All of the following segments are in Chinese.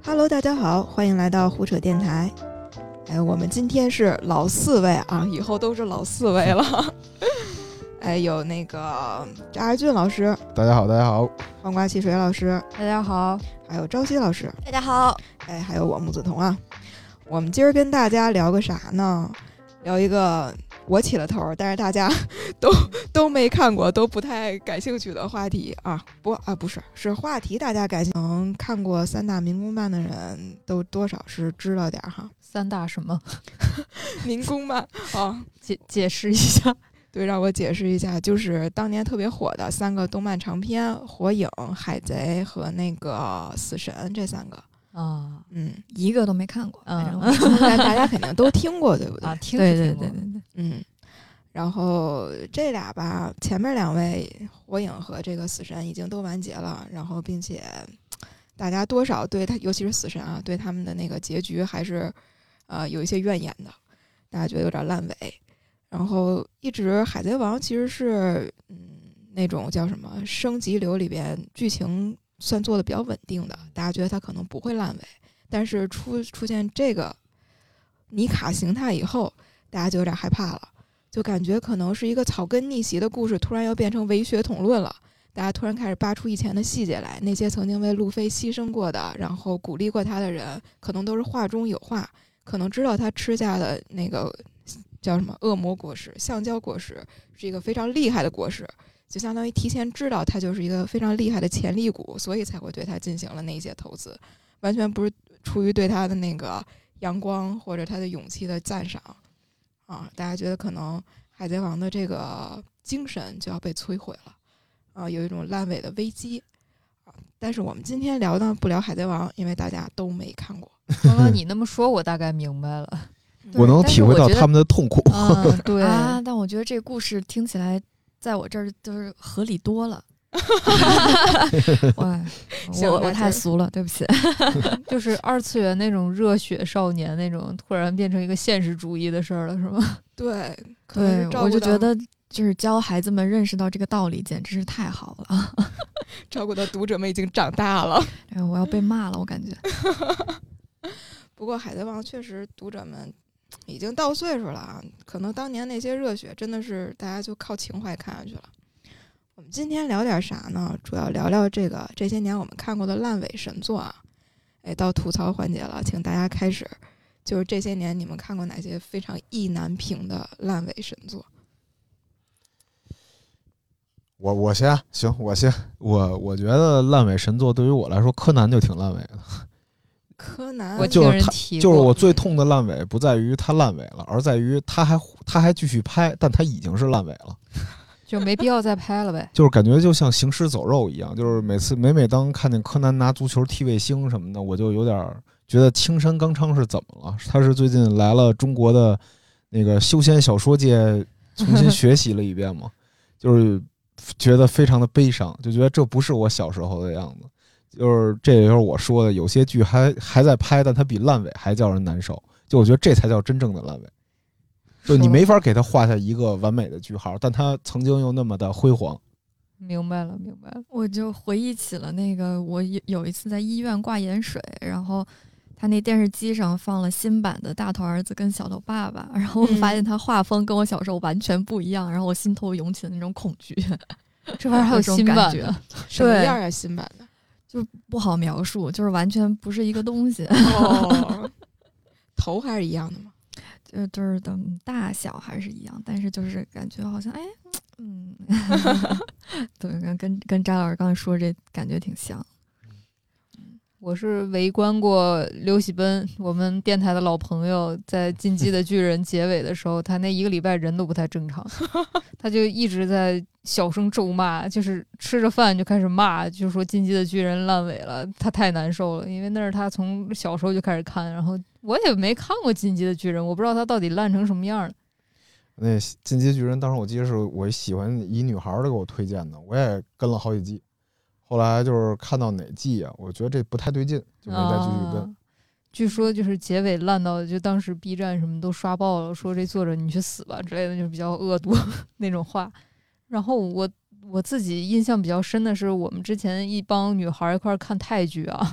Hello， 大家好，欢迎来到胡扯电台。我们今天是老四位啊，以后都是老四位了。有那个张二俊老师， 大家好，大家好； 黄瓜汽水老师， 大家好； 还有朝夕老师， 大家好； 还有我木子彤啊。我们今儿跟大家聊个啥呢？聊一个我起了头，但是大家都没看过，都不太感兴趣的话题啊。不是话题，大家感兴趣。看过三大民工漫的人都多少是知道点哈。 三大什么？ 民工漫啊， 解释一下。 对，让我解释一下，就是当年特别火的三个动漫长篇：火影、海贼和那个死神这三个。 一个都没看过， 但大家肯定都听过，对不对？ 听对， 然后这俩吧，前面两位火影和这个死神已经都完结了，然后并且大家多少对他，尤其是死神啊，对他们的那个结局还是有一些怨言的，大家觉得有点烂尾。然后一直海贼王其实是那种叫什么升级流里边剧情算做的比较稳定的，大家觉得它可能不会烂尾。但是出现这个尼卡形态以后，大家就有点害怕了，就感觉可能是一个草根逆袭的故事，突然要变成伪血统论了。大家突然开始扒出以前的细节来，那些曾经为路飞牺牲过的，然后鼓励过他的人，可能都是话中有话，可能知道他吃下的那个叫什么恶魔果实、橡胶果实是一个非常厉害的果实，就相当于提前知道他就是一个非常厉害的潜力股，所以才会对他进行了那些投资，完全不是出于对他的那个阳光或者他的勇气的赞赏啊。大家觉得可能海贼王的这个精神就要被摧毁了啊，有一种烂尾的危机啊。但是我们今天聊呢不聊海贼王，因为大家都没看过。 刚刚你那么说，我大概明白了。 我能体会到他们的痛苦。 对啊，但我觉得这个故事听起来在我这儿就是合理多了。我太俗了，对不起。 就是二次元那种热血少年那种，突然变成一个现实主义的事儿了，是吗？ 对， 我就觉得就是教孩子们认识到这个道理，简直是太好了。 照顾的读者们已经长大了。 我要被骂了，我感觉。 不过海贼王确实读者们已经到岁数了啊，可能当年那些热血真的是大家就靠情怀看下去了。我们今天聊点啥呢？主要聊聊这些年我们看过的烂尾神作啊。到吐槽环节了，请大家开始。就是这些年你们看过哪些非常意难平的烂尾神作？ 我先行，我觉得烂尾神作对于我来说，柯南就挺烂尾的。 柯南， 我听人提过， 就是我最痛的烂尾，不在于他烂尾了，而在于他还继续拍，但他已经是烂尾了， 就没必要再拍了呗。 就是感觉就像行尸走肉一样，就是每当看见柯南拿足球踢卫星什么的，我就有点觉得青山刚昌是怎么了？他是最近来了中国的那个修仙小说界重新学习了一遍吗？就是觉得非常的悲伤，就觉得这不是我小时候的样子。就是这也就是我说的，有些剧还在拍，但它比烂尾还叫人难受。就我觉得这才叫真正的烂尾，就你没法给它画下一个完美的句号，但它曾经又那么的辉煌。 明白了。 我就回忆起了那个，我有一次在医院挂盐水，然后他那电视机上放了新版的大头儿子跟小头爸爸，然后我发现他画风跟我小时候完全不一样，然后我心头涌起了那种恐惧。 这玩意儿还有新版的？ 什么样啊？新版的？ 就不好描述，就是完全不是一个东西。 头还是一样的吗？ 就是的大小还是一样，但是就是感觉好像对，跟张老师刚才说这感觉挺像。 我是围观过刘喜奔，我们电台的老朋友，在《进击的巨人》结尾的时候，他那一个礼拜人都不太正常，他就一直在小声咒骂，就是吃着饭就开始骂，就说《进击的巨人》烂尾了，他太难受了，因为那是他从小时候就开始看，然后我也没看过《进击的巨人》，我不知道他到底烂成什么样了。 那《进击巨人》当时我记得是我喜欢一女孩的给我推荐的，我也跟了好几季。后来就是看到哪季啊，我觉得这不太对劲，就没再继续跟。 据说就是结尾烂到，就当时 B 站什么都刷爆了，说这作者你去死吧之类的，就是比较恶毒那种话。然后我自己印象比较深的是，我们之前一帮女孩一块看泰剧啊，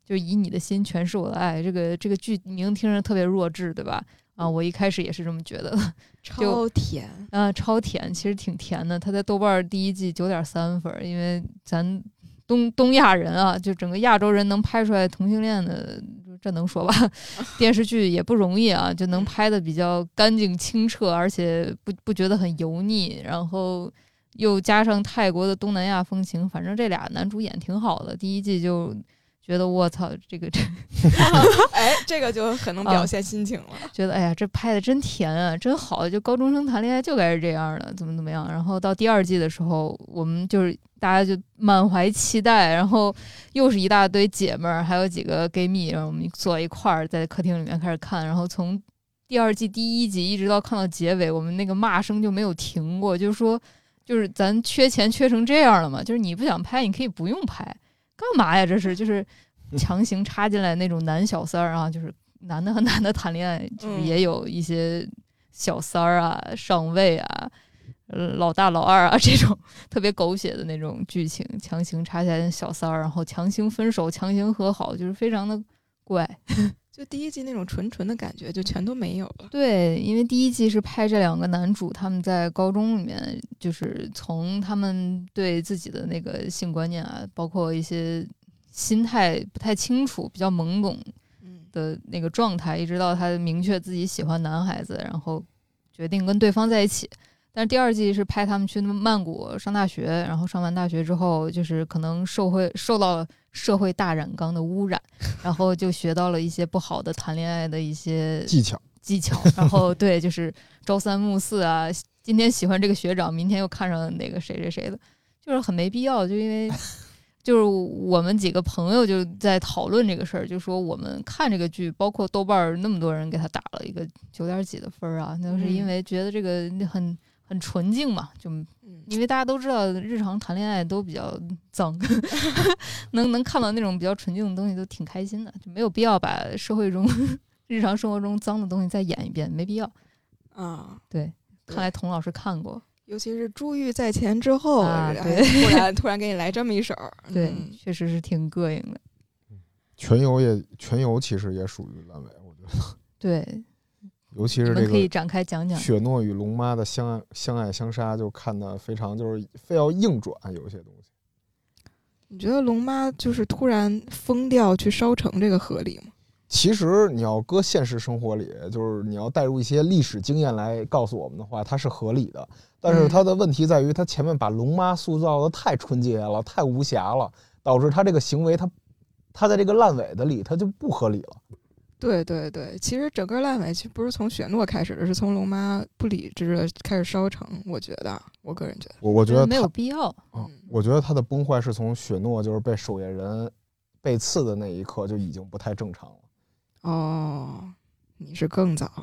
就以你的心诠释我的爱，这个剧名听着特别弱智，对吧？啊，我一开始也是这么觉得的， 超甜啊，超甜，其实挺甜的。它在豆瓣第1季9.3分，因为咱东亚人啊，就整个亚洲人能拍出来同性恋的，这能说吧？电视剧也不容易啊，就能拍的比较干净清澈，而且不觉得很油腻，然后又加上泰国的东南亚风情，反正这俩男主演挺好的。第1季就觉得我操，这哎，这个就很能表现心情了。 觉得哎呀，这拍的真甜啊，真好，就高中生谈恋爱就该是这样的，怎么样。然后到第2季的时候，我们就是大家就满怀期待，然后又是一大堆姐妹儿，还有几个 gay 蜜，然后我们坐一块儿在客厅里面开始看，然后从第2季第1集一直到看到结尾，我们那个骂声就没有停过，就是说，就是咱缺钱缺成这样了嘛，就是你不想拍，你可以不用拍。干嘛呀？这是就是强行插进来那种男小三儿啊，就是男的和男的谈恋爱，就是也有一些小三儿啊、上位啊、老大老二啊这种特别狗血的那种剧情，强行插进来小三儿，然后强行分手、强行和好，就是非常的怪。 就第1季那种纯的感觉就全都没有了。 对，因为第1季是拍这2个男主他们在高中里面，就是从他们对自己的那个性观念啊，包括一些心态不太清楚、比较懵懂的那个状态，一直到他明确自己喜欢男孩子，然后决定跟对方在一起。但是第2季是拍他们去曼谷上大学，然后上完大学之后，就是可能受到社会大染缸的污染，然后就学到了一些不好的谈恋爱的一些技巧，然后对，就是朝三暮四啊，今天喜欢这个学长，明天又看上哪个谁谁谁的，就是很没必要。就因为就是我们几个朋友就在讨论这个事儿，就说我们看这个剧，包括豆瓣那么多人给他打了一个9点几的分啊，那是因为觉得这个很纯净嘛，就因为大家都知道日常谈恋爱都比较脏能看到那种比较纯净的东西都挺开心的，就没有必要把社会中日常生活中脏的东西再演一遍，没必要啊。对，看来童老师看过， 尤其是珠玉在前之后， 对， 突然给你来这么一手， 对，确实是挺膈应的。 全游其实也属于烂尾，我觉得。 对。 尤其是这个可以展开讲讲雪诺与龙妈的相爱相杀，就看得非常就是非要硬转有一些东西。 你觉得龙妈就是突然疯掉去烧城这个合理吗？ 其实你要搁现实生活里，就是你要带入一些历史经验来告诉我们的话，它是合理的。但是它的问题在于，它前面把龙妈塑造的太纯洁了，太无瑕了，导致它这个行为，它在这个烂尾的里，它就不合理了。 对对对，其实整个烂尾其实不是从雪诺开始的，是从龙妈不理智的开始烧成。我个人觉得， 我觉得没有必要。 我觉得他的崩坏是从雪诺就是被守夜人被刺的那一刻就已经不太正常了。 哦，你是更早。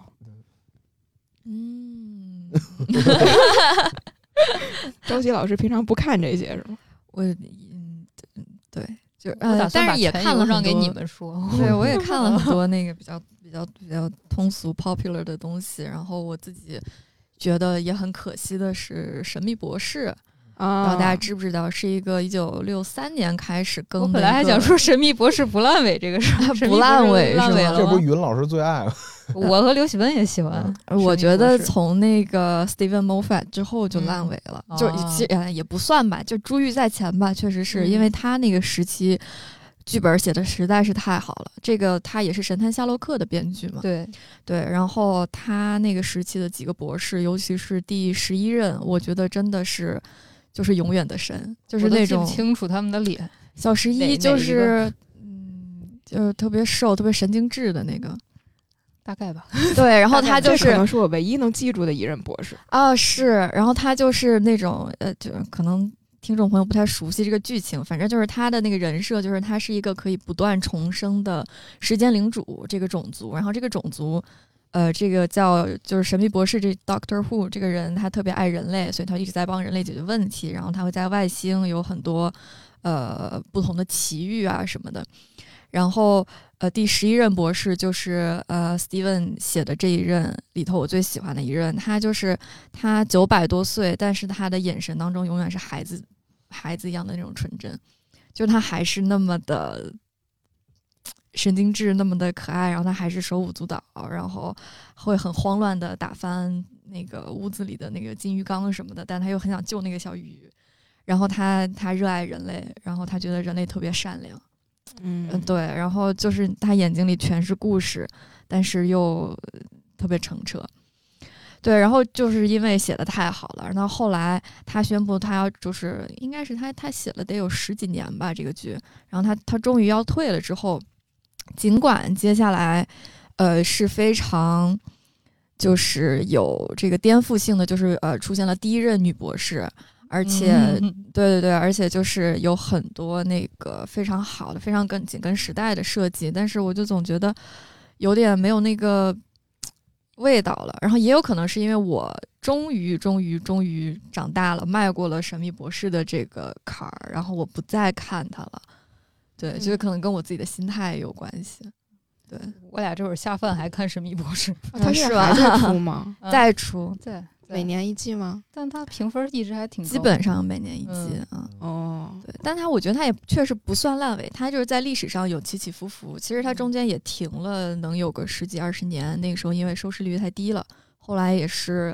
周琦老师平常不看这些是吗？ 对。就但是也看了让给你们说， 对，我也看了很多那个比较通俗 popular 的东西，然后我自己觉得也很可惜的是《神秘博士》不知道大家知不知道，是一个1963年开始更的。 我本来还想说《神秘博士》不烂尾这个事儿， 不烂尾是吗？ 这不是云老师最爱吗？ 我和刘喜文也喜欢。 我觉得从那个 Steven Moffat 之后就烂尾了，就也不算吧，就珠玉在前吧，确实是因为他那个时期剧本写的实在是太好了。这个他也是《神探夏洛克》的编剧嘛， 对， 然后他那个时期的几个博士，尤其是第11任，我觉得真的是。就是永远的神，就是那种我都记不清楚他们的脸。 小11就是就是特别瘦、特别神经质的那个， 大概吧。 对，然后他就是可能是我唯一能记住的一任博士啊，是。然后他就是那种就可能听众朋友不太熟悉这个剧情，反正就是他的那个人设，就是他是一个可以不断重生的时间领主这个种族，然后这个种族。这个就是神秘博士这 Doctor Who 这个人，他特别爱人类，所以他一直在帮人类解决问题。然后他会在外星有很多不同的奇遇啊什么的。然后第11任博士就是Steven 写的这一任里头我最喜欢的一任，他900多岁，但是他的眼神当中永远是孩子一样的那种纯真，就是他还是那么的神经质那么的可爱，然后他还是手舞足蹈，然后会很慌乱的打翻那个屋子里的那个金鱼缸什么的，但他又很想救那个小鱼。然后他热爱人类，然后他觉得人类特别善良，对，然后就是他眼睛里全是故事，但是又特别澄澈。对，然后就是因为写的太好了，然后后来他宣布他要就是应该是他写了得有10几年吧这个剧，然后他终于要退了之后，尽管接下来是非常就是有这个颠覆性的，就是出现了第一任女博士，而且对，而且就是有很多那个非常好的非常紧跟时代的设计，但是我就总觉得有点没有那个味道了。然后也有可能是因为我终于长大了，迈过了神秘博士的这个坎儿，然后我不再看它了。对，就是可能跟我自己的心态有关系。对， 我俩这会儿下饭还看神秘博士， 他是还在出吗？ 再出， 对， 每年一季吗？ 但他评分一直还挺高， 基本上每年一季对，但我觉得他也确实不算烂尾，他就是在历史上有起起伏伏。其实他中间也停了，能有个10几20年。那个时候因为收视率太低了，后来也是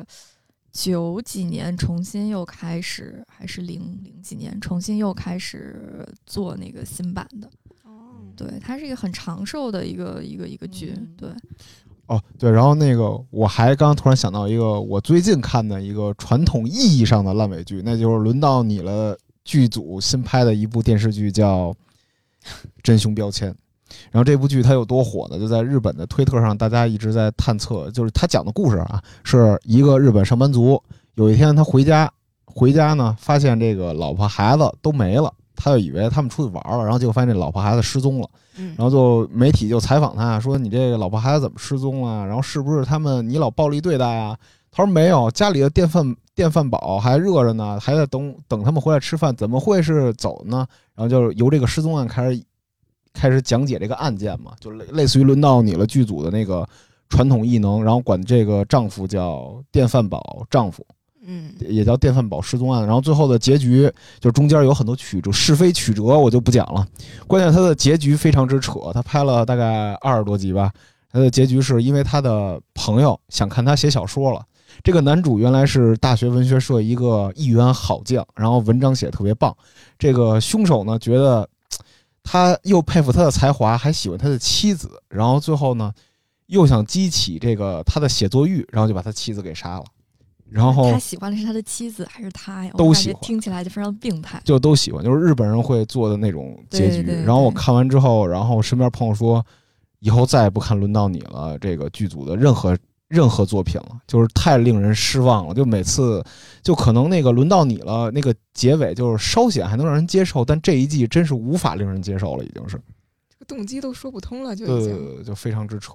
90几年重新又开始，还是00几年重新又开始做那个新版的。对，它是一个很长寿的一个剧。对。 对，然后那个我还刚突然想到一个我最近看的一个传统意义上的烂尾剧，那就是轮到你了剧组新拍的一部电视剧叫《真凶标签》。然后这部剧它有多火呢？就在日本的推特上，大家一直在探测，就是他讲的故事啊，是一个日本上班族，有一天他回家呢，发现这个老婆孩子都没了，他就以为他们出去玩了，然后结果发现这老婆孩子失踪了。然后就媒体就采访他说：“你这个老婆孩子怎么失踪了？然后是不是你老暴力对待啊？”他说：“没有，家里的电饭煲还热着呢，还在等他们回来吃饭，怎么会是走呢？”然后就由这个失踪案开始讲解这个案件嘛，就类似于轮到你了剧组的那个传统异能，然后管这个丈夫叫电饭煲丈夫。也叫电饭煲失踪案。然后最后的结局就中间有很多是非曲折，我就不讲了。关键他的结局非常之扯，他拍了大概20多集吧。他的结局是因为他的朋友想看他写小说了。这个男主原来是大学文学社一个一员好将，然后文章写得特别棒。这个凶手呢觉得他又佩服他的才华，还喜欢他的妻子，然后最后呢又想激起这个他的写作欲，然后就把他妻子给杀了。然后他喜欢的是他的妻子还是他呀？ 都喜欢， 听起来就非常病态。 就都喜欢，就是日本人会做的那种结局。 对， 然后我看完之后，然后身边朋友说，以后再也不看轮到你了这个剧组的任何作品了，就是太令人失望了。就每次就可能那个轮到你了那个结尾就是稍显还能让人接受，但这一季真是无法令人接受了，已经是这个动机都说不通了，就已经对，就非常之扯。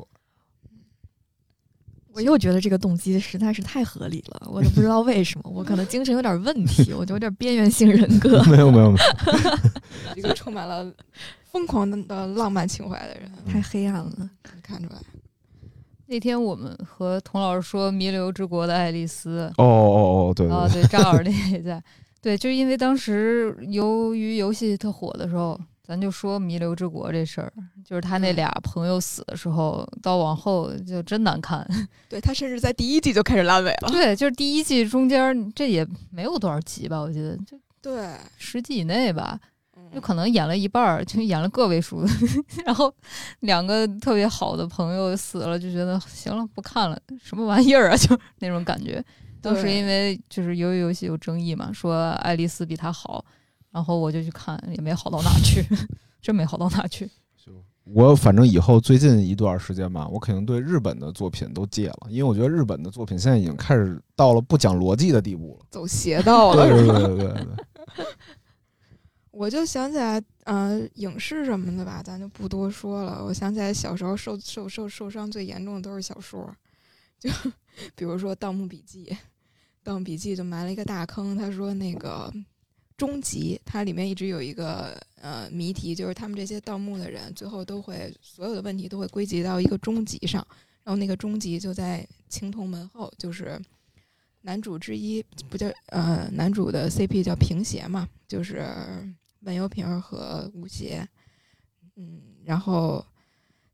我又觉得这个动机实在是太合理了，我都不知道为什么，我可能精神有点问题，我就有点边缘性人格。 没有， 一个充满了疯狂的浪漫情怀的人， 太黑暗了， 看出来。 那天我们和童老师说《弥留之国的爱丽丝》， 对对，张老师那也在，对，就是因为当时由于游戏特火的时候。咱就说弥留之国这事儿，就是他那俩朋友死的时候，到往后就真难看。 对，他甚至在第1季就开始烂尾了。 对，就是第1季中间这也没有多少集吧，我记得就对 10集以内吧，就可能演了一半，就演了个位数。然后2个特别好的朋友死了，就觉得行了，不看了，什么玩意儿啊，就那种感觉。当时因为就是由于游戏有争议嘛，说爱丽丝比他好。然后我就去看，也没好到哪去，真没好到哪去。 我反正以后最近一段时间吧，我肯定对日本的作品都戒了，因为我觉得日本的作品现在已经开始到了不讲逻辑的地步了， 走邪道了。 对。 我就想起来，影视什么的吧，咱就不多说了。我想起来小时候受伤最严重的都是小说，就比如说《盗墓笔记》，《盗墓笔记》就埋了一个大坑。他说那个。终极，它里面一直有一个谜题，就是他们这些盗墓的人最后都会所有的问题都会归结到一个终极上，然后那个终极就在青铜门后，就是男主之一不叫男主的 CP 叫平邪嘛，就是文油瓶和吴邪，然后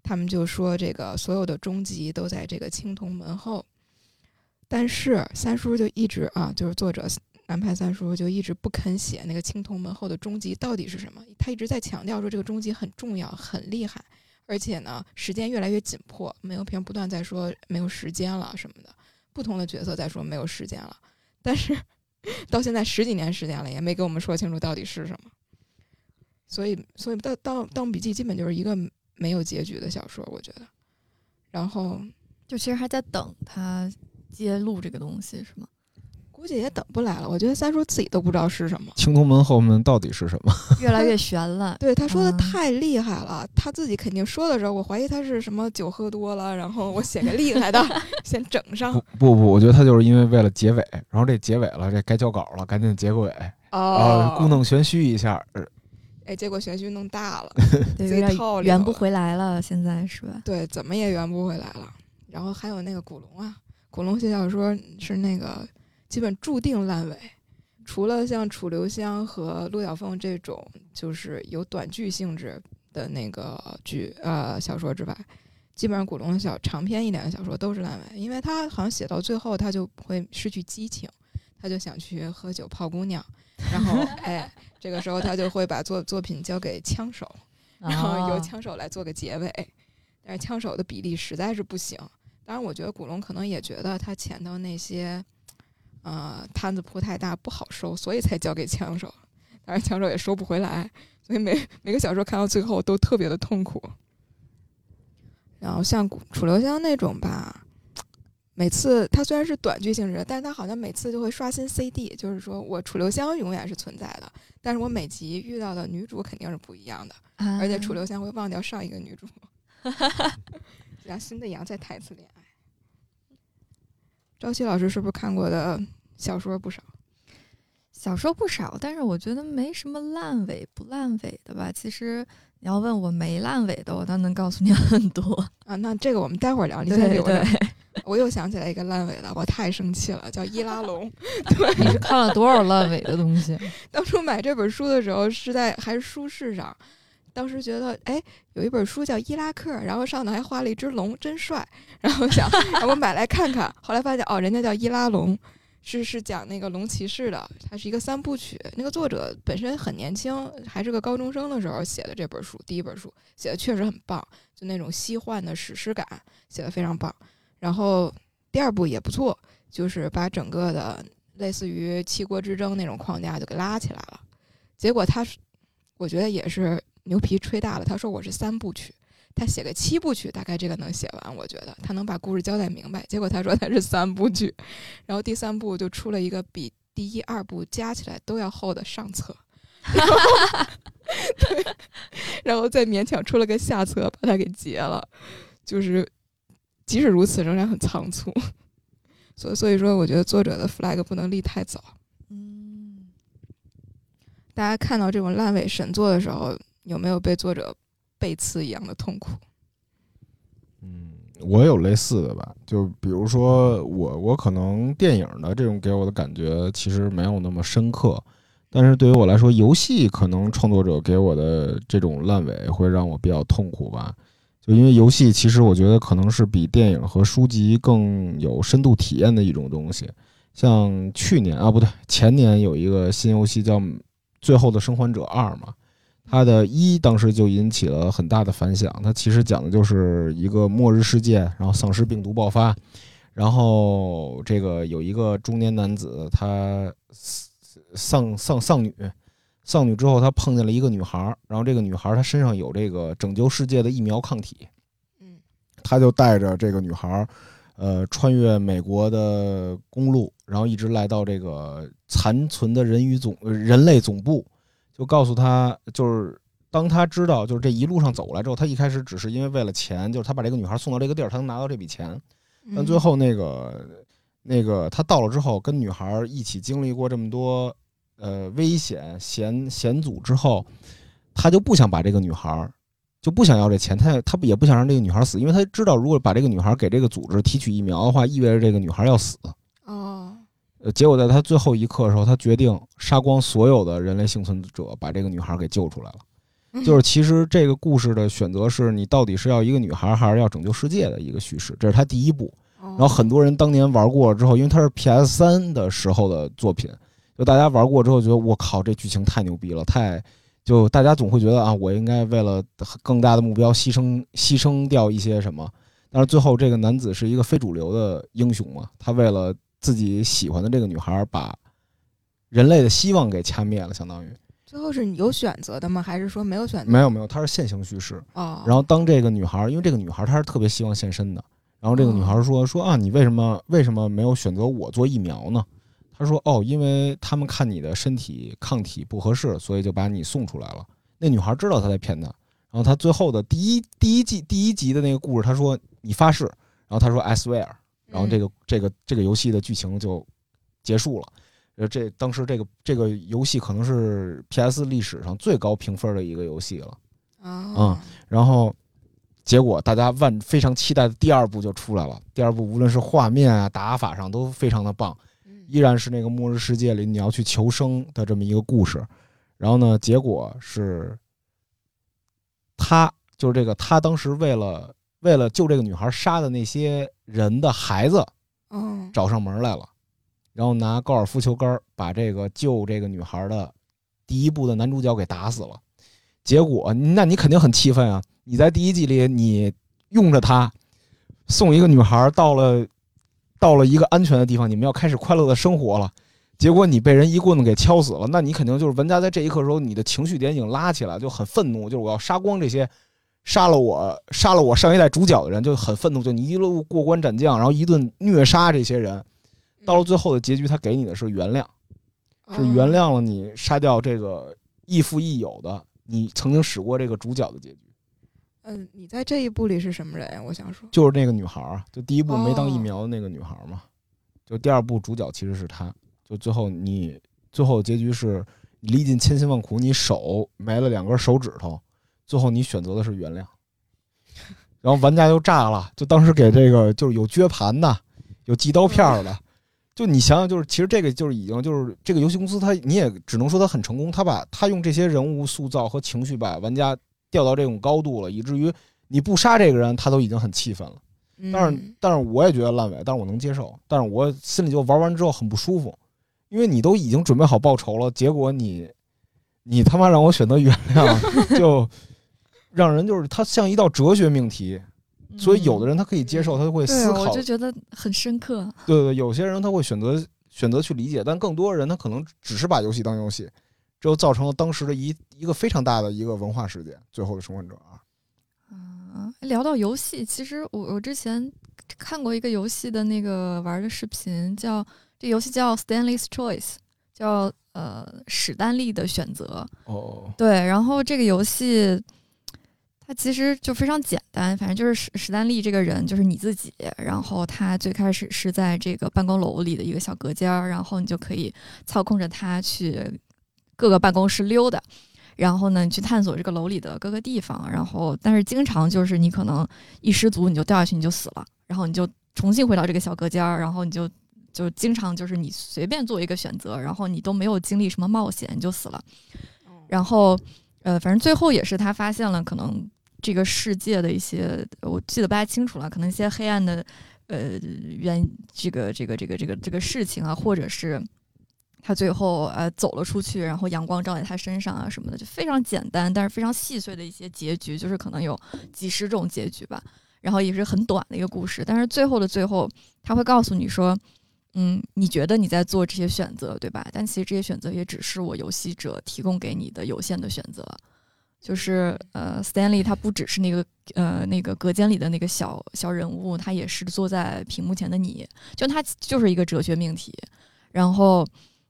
他们就说这个所有的终极都在这个青铜门后。但是三叔就一直就是作者南派三叔就一直不肯写那个青铜门后的终极到底是什么，他一直在强调说这个终极很重要很厉害，而且呢时间越来越紧迫，没有平不断在说没有时间了什么的，不同的角色在说没有时间了，但是到现在10几年时间了也没给我们说清楚到底是什么，所以盗墓笔记基本就是一个没有结局的小说我觉得。然后就其实还在等他揭露这个东西是吗？ 估计也等不来了，我觉得三叔自己都不知道是什么。 青铜门后面到底是什么？ 越来越悬了。 对，他说的太厉害了，他自己肯定说的时候，我怀疑他是什么酒喝多了，然后我写个厉害的先整上。 不，我觉得他就是因为为了结尾，然后这结尾了，这该交稿了，赶紧结个尾，故弄玄虚一下。 结果玄虚弄大了， 对，有点圆不回来了，现在是吧？ 对，怎么也圆不回来了。然后还有那个古龙古龙写小说是那个基本注定烂尾，除了像楚留香和陆小凤这种就是有短剧性质的那个小说之外，基本上古龙长篇一点的小说都是烂尾，因为他好像写到最后他就会失去激情，他就想去喝酒泡姑娘，然后这个时候他就会把作品交给枪手，然后由枪手来做个结尾，但是枪手的比例实在是不行。当然我觉得古龙可能也觉得他前头那些摊子铺太大不好收，所以才交给枪手，当然枪手也收不回来，所以每个小说看到最后都特别的痛苦。然后像楚留香那种吧，每次他虽然是短剧性质，但是他好像每次就会刷新 CD， 就是说我楚留香永远是存在的，但是我每集遇到的女主肯定是不一样的，而且楚留香会忘掉上一个女主让新的杨再谈一次恋爱。赵熙老师是不是看过的小说不少？ 小说不少，但是我觉得没什么烂尾不烂尾的吧。其实你要问我没烂尾的，我倒能告诉你很多那这个我们待会儿聊，你先留着。我又想起来一个烂尾了，我太生气了，叫伊拉龙。 对，你是看了多少烂尾的东西？ 当初买这本书的时候还是书市上，当时觉得有一本书叫伊拉克，然后上头还画了一只龙，真帅，然后想我买来看看，后来发现人家叫伊拉龙，是讲那个龙骑士的，它是一个3部曲，那个作者本身很年轻，还是个高中生的时候写的这本书，第一本书写的确实很棒，就那种西幻的史诗感写的非常棒。然后第2部也不错，就是把整个的类似于七国之争那种框架就给拉起来了。结果我觉得也是牛皮吹大了，他说我是3部曲，他写个7部曲大概这个能写完，我觉得他能把故事交代明白，结果他说他是3部曲，然后第3部就出了一个比第1、2部加起来都要厚的上册对，然后再勉强出了个下册把它给结了，就是即使如此仍然很仓促，所以说我觉得作者的 flag 不能立太早。大家看到这种烂尾神作的时候，有没有被作者背刺一样的痛苦？ 我有类似的吧，就比如说我可能电影的这种给我的感觉其实没有那么深刻，但是对于我来说，游戏可能创作者给我的这种烂尾会让我比较痛苦吧。就因为游戏其实我觉得可能是比电影和书籍更有深度体验的一种东西。像去年前年有一个新游戏叫《最后的生还者2》嘛，它的当时就引起了很大的反响。它其实讲的就是一个末日世界，然后丧尸病毒爆发，然后这个有一个中年男子，他丧女之后，他碰见了一个女孩，然后这个女孩她身上有这个拯救世界的疫苗抗体，他就带着这个女孩，穿越美国的公路，然后一直来到这个残存的人类总部，就告诉他，就是当他知道就是这一路上走过来之后，他一开始只是因为为了钱，就是他把这个女孩送到这个地儿，他能拿到这笔钱，但最后那个他到了之后，跟女孩一起经历过这么多危险险阻之后，他就不想把这个女孩，就不想要这钱，他也不想让这个女孩死，因为他知道如果把这个女孩给这个组织提取疫苗的话，意味着这个女孩要死。结果在他最后一刻的时候，他决定杀光所有的人类幸存者，把这个女孩给救出来了。 就是其实这个故事的选择是你到底是要一个女孩还是要拯救世界的一个叙事，这是他第一部。然后很多人当年玩过之后，因为它是 PS3的时候的作品，就大家玩过之后觉得我靠，这剧情太牛逼了，就大家总会觉得啊，我应该为了更大的目标牺牲掉一些什么。但是最后这个男子是一个非主流的英雄嘛，他为了自己喜欢的这个女孩，把人类的希望给掐灭了，相当于。 最后是有选择的吗？还是说没有选择？ 没有，它是线性叙事。 哦。 然后当这个女孩，因为这个女孩她是特别希望现身的，然后这个女孩说啊，你为什么没有选择我做疫苗呢？她说哦，因为他们看你的身体抗体不合适，所以就把你送出来了。那女孩知道她在骗她，然后她最后的第一集的那个故事，她说你发誓，然后她说 I swear， 然后这个游戏的剧情就结束了。当时这个游戏可能是 PS 历史上最高评分的一个游戏了。然后结果大家非常期待的第二部就出来了。第二部无论是画面啊、打法上都非常的棒，依然是那个末日世界里你要去求生的这么一个故事。然后呢，结果是他当时为了救这个女孩杀的那些人的孩子，找上门来了。然后拿高尔夫球杆把这个救这个女孩的第一部的男主角给打死了。结果那你肯定很气愤啊，你在第一季里你用着它送一个女孩到了一个安全的地方，你们要开始快乐的生活了，结果你被人一棍子给敲死了。那你肯定就是玩家在这一刻的时候你的情绪点已经拉起来，就很愤怒，就是我要杀光这些杀了我上一代主角的人，就很愤怒，就你一路过关斩将，然后一顿虐杀这些人。到了最后的结局，他给你的是原谅，是原谅了你杀掉这个亦父亦友的你曾经使过这个主角的结局。 你在这一部里是什么人？我想说， 就是那个女孩啊，就第一部没当疫苗的那个女孩嘛。就第二部主角其实是她。就最后的结局是你历尽千辛万苦，你手没了2根手指头，最后你选择的是原谅。然后玩家就炸了，就当时给这个就是有撅盘的，有寄刀片的。就你想想，就是其实这个就是已经就是这个游戏公司，你也只能说它很成功，它用这些人物塑造和情绪把玩家调到这种高度了，以至于你不杀这个人，他都已经很气愤了。但是我也觉得烂尾，但是我能接受，但是我心里就玩完之后很不舒服，因为你都已经准备好报仇了，结果你他妈让我选择原谅，就让人就是它像一道哲学命题。所以有的人他可以接受，他会思考， 我就觉得很深刻。 对，有些人他会选择去理解，但更多人他可能只是把游戏当游戏，这就造成了当时的一个非常大的一个文化事件。最后的生还者聊到游戏，其实我之前看过一个游戏的那个玩的视频，这游戏叫 Stanley's Choice， 叫史丹利的选择。对，然后这个游戏它其实就非常简单，反正就是史丹利这个人就是你自己，然后他最开始是在这个办公楼里的一个小隔间，然后你就可以操控着他去各个办公室溜达，然后呢你去探索这个楼里的各个地方，然后但是经常就是你可能一失足你就掉下去你就死了，然后你就重新回到这个小隔间，然后你就经常就是你随便做一个选择，然后你都没有经历什么冒险你就死了。然后反正最后也是他发现了可能这个世界的一些我记得不太清楚了，可能一些黑暗的这个事情啊，或者是他最后走了出去，然后阳光照在他身上啊什么的，就非常简单但是非常细碎的一些结局，就是可能有几十种结局吧，然后也是很短的一个故事，但是最后的最后他会告诉你说你觉得你在做这些选择对吧，但其实这些选择也只是我游戏者提供给你的有限的选择，就是Stanley 他不只是那个隔间里的那个小人物，他也是坐在屏幕前的你，就他就是一个哲学命题。然后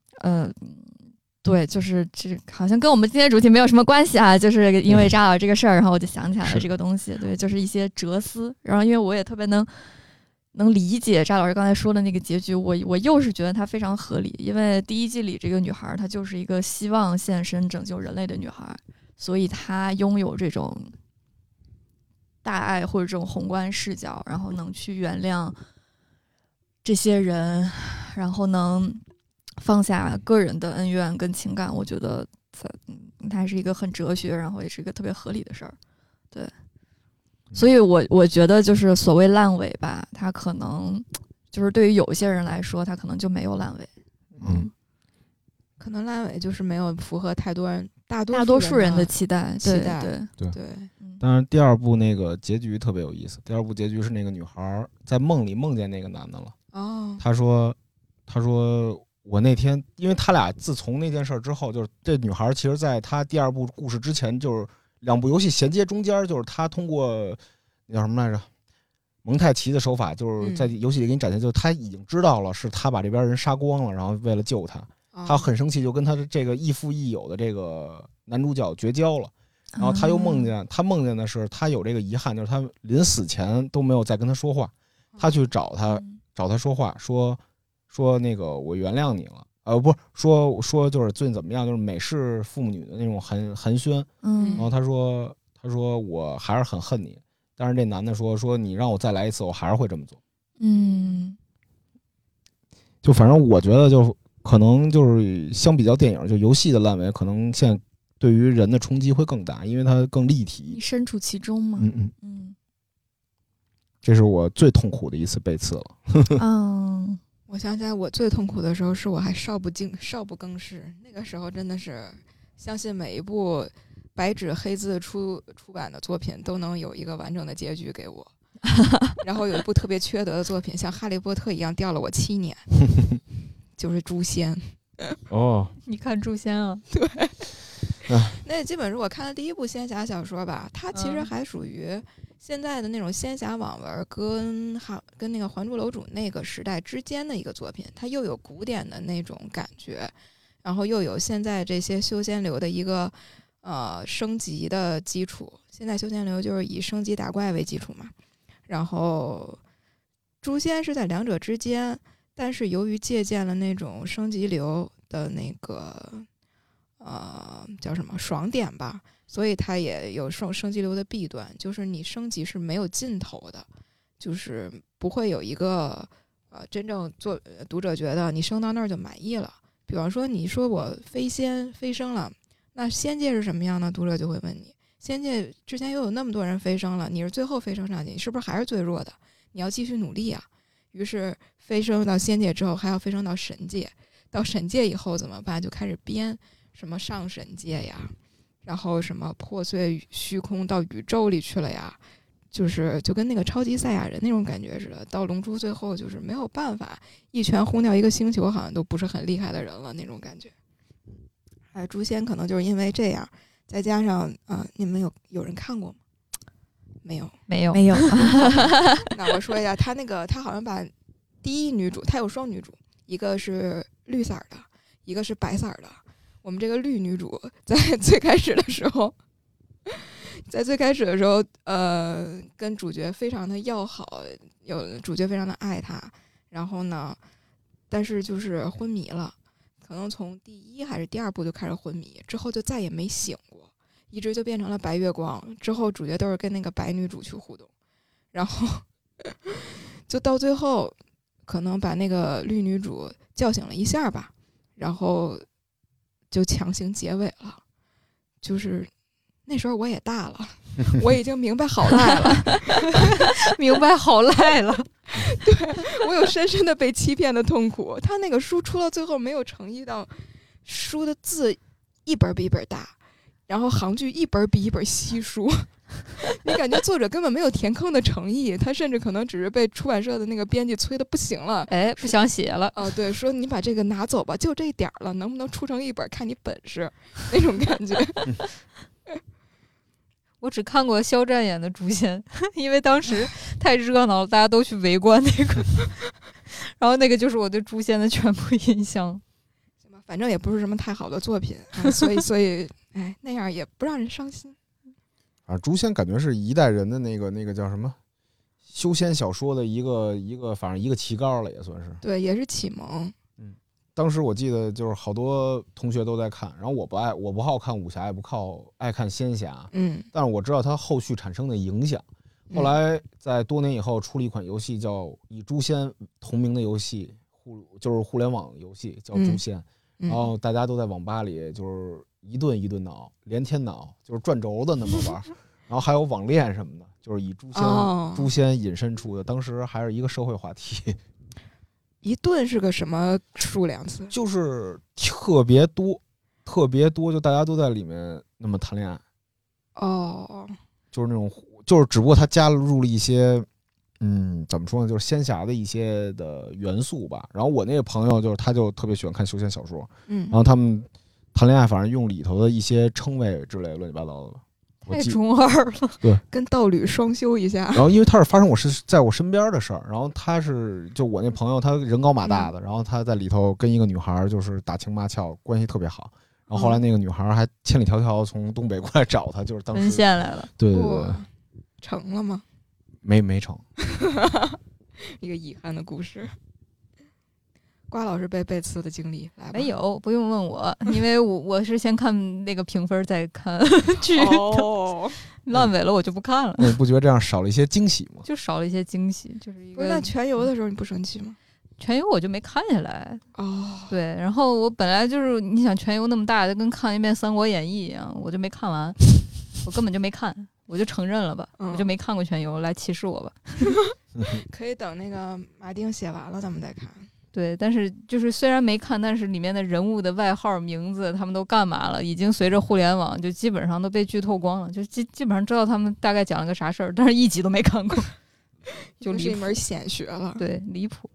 对，就是这好像跟我们今天主题没有什么关系啊，就是因为扎导这个事儿，然后我就想起来了这个东西。对，就是一些哲思。然后因为我也特别能理解扎老师刚才说的那个结局，我又是觉得它非常合理，因为第一季里这个女孩她就是一个希望献身拯救人类的女孩，所以她拥有这种大爱或者这种宏观视角，然后能去原谅这些人，然后能放下个人的恩怨跟情感，我觉得它是一个很哲学，然后也是一个特别合理的事儿。对，所以我觉得就是所谓烂尾吧，它可能就是对于有些人来说，它可能就没有烂尾。 可能烂尾就是没有符合太多人大多数人的期待。 期待对。 当然，第二部那个结局特别有意思。第二部结局是那个女孩在梦里梦见那个男的了。她说我那天，因为他俩自从那件事之后，就是这女孩其实在她第二部故事之前，就是2部游戏衔接中间，就是她通过那叫什么来着，蒙太奇的手法，就是在游戏里给你展现，就是他已经知道了是他把这边人杀光了，然后为了救他，他很生气，就跟他的这个亦父亦友的这个男主角绝交了。然后他又梦见的是他有这个遗憾，就是他临死前都没有再跟他说话，他去找他说话，说那个我原谅你了，不是说就是最近怎么样，就是美式父母女的那种寒暄。然后他说我还是很恨你，但是这男的说你让我再来一次，我还是会这么做。就反正我觉得就可能就是相比较电影，就游戏的烂尾，可能现在对于人的冲击会更大，因为它更立体， 你身处其中嘛。 这是我最痛苦的一次背刺了。 我想起来，我最痛苦的时候是我还少不更事，那个时候真的是相信每一部白纸黑字出版的作品都能有一个完整的结局给我。然后有一部特别缺德的作品，像《哈利波特》一样吊了我7年，就是《诛仙》。 你看《诛仙》啊？ 对。那基本是我看的第一部仙侠小说吧，它其实还属于现在的那种仙侠网文跟那个《还珠楼主》那个时代之间的一个作品，它又有古典的那种感觉，然后又有现在这些修仙流的一个升级的基础。现在修仙流就是以升级打怪为基础嘛，然后诛仙是在两者之间，但是由于借鉴了那种升级流的那个叫什么爽点吧，所以它也有升级流的弊端，就是你升级是没有尽头的，就是不会有一个真正读者觉得你升到那儿就满意了。比方说你说我飞升了，那仙界是什么样呢？读者就会问你，仙界之前又有那么多人飞升了，你是最后飞升上去，你是不是还是最弱的？你要继续努力啊。于是飞升到仙界之后还要飞升到神界，到神界以后怎么办？就开始编什么上神界呀，然后什么破碎虚空到宇宙里去了呀，就跟那个超级赛亚人那种感觉似的。到龙珠最后就是没有办法一拳轰掉一个星球，好像都不是很厉害的人了那种感觉。诛仙可能就是因为这样，再加上你们有人看过吗？没有。那我说一下，他好像把第一女主，他有双女主，一个是绿色的，一个是白色的。我们这个绿女主在最开始的时候，跟主角非常的要好，主角非常的爱她，然后呢，但是就是昏迷了，可能从第1还是第2部就开始昏迷，之后就再也没醒过，一直就变成了白月光。之后主角都是跟那个白女主去互动，然后就到最后可能把那个绿女主叫醒了一下吧，然后就强行结尾了。就是那时候我也大了，我已经明白好赖了。 明白好赖了。 对，我有深深的被欺骗的痛苦。他那个书出到最后没有诚意到，书的字一本比一本大，然后行距一本比一本稀疏，你感觉作者根本没有填坑的诚意，他甚至可能只是被出版社的那个编辑催得不行了， 不想写了。 对，说你把这个拿走吧，就这点了，能不能出成一本看你本事那种感觉。 我只看过肖战演的《诛仙》，因为当时太热闹了，大家都去围观那个，然后那个就是我对《诛仙》的全部印象。 行吧，反正也不是什么太好的作品，所以那样也不让人伤心。 诛仙感觉是一代人的那个叫什么修仙小说的一个反正一个旗杆了，也算是。 对，也是启蒙。 当时我记得就是好多同学都在看，然后我不好看武侠，也不爱看仙侠，但是我知道它后续产生的影响。后来在多年以后出了一款游戏叫以诛仙同名的游戏，就是互联网游戏叫诛仙，然后大家都在网吧里就是一顿一顿脑，连天脑，就是转轴的那么玩。然后还有网恋什么的，就是以诛仙引申出的，当时还是一个社会话题。 一顿是个什么数量词？ 就是特别多，就大家都在里面那么谈恋爱。 哦， 就是那种，就是只不过他加入了一些，怎么说呢，就是仙侠的一些的元素吧。然后我那个朋友他就特别喜欢看修仙小说，然后他们谈恋爱，反正用里头的一些称谓之类乱七八糟的。 太中二了， 对， 跟道侣双修一下。 然后因为他是发生在我身边的事儿，然后他是就我那朋友，他人高马大的，然后他在里头跟一个女孩就是打情骂俏，关系特别好。然后后来那个女孩还千里迢迢从东北过来找他，就是当时奔现来了。 对对对， 成了吗？ 没成。 一个遗憾的故事。瓜老师被背刺的经历来吧？ 没有，不用问我，因为我是先看那个评分再看剧的， 烂尾了我就不看了。 你不觉得这样少了一些惊喜吗？ 就少了一些惊喜，就是一个。 不是，那全游的时候你不生气吗？ 全游我就没看下来哦。 对，然后我本来就是你想全游那么大，就跟看一遍《三国演义》一样，我就没看完，我根本就没看，我就承认了吧，我就没看过全游，来歧视我吧。 可以等那个马丁写完了咱们再看。 对，但是就是虽然没看，但是里面的人物的外号、名字，他们都干嘛了？已经随着互联网就基本上都被剧透光了，就基本上知道他们大概讲了个啥事儿，但是一集都没看过， 就是一门显学了。 对，离谱。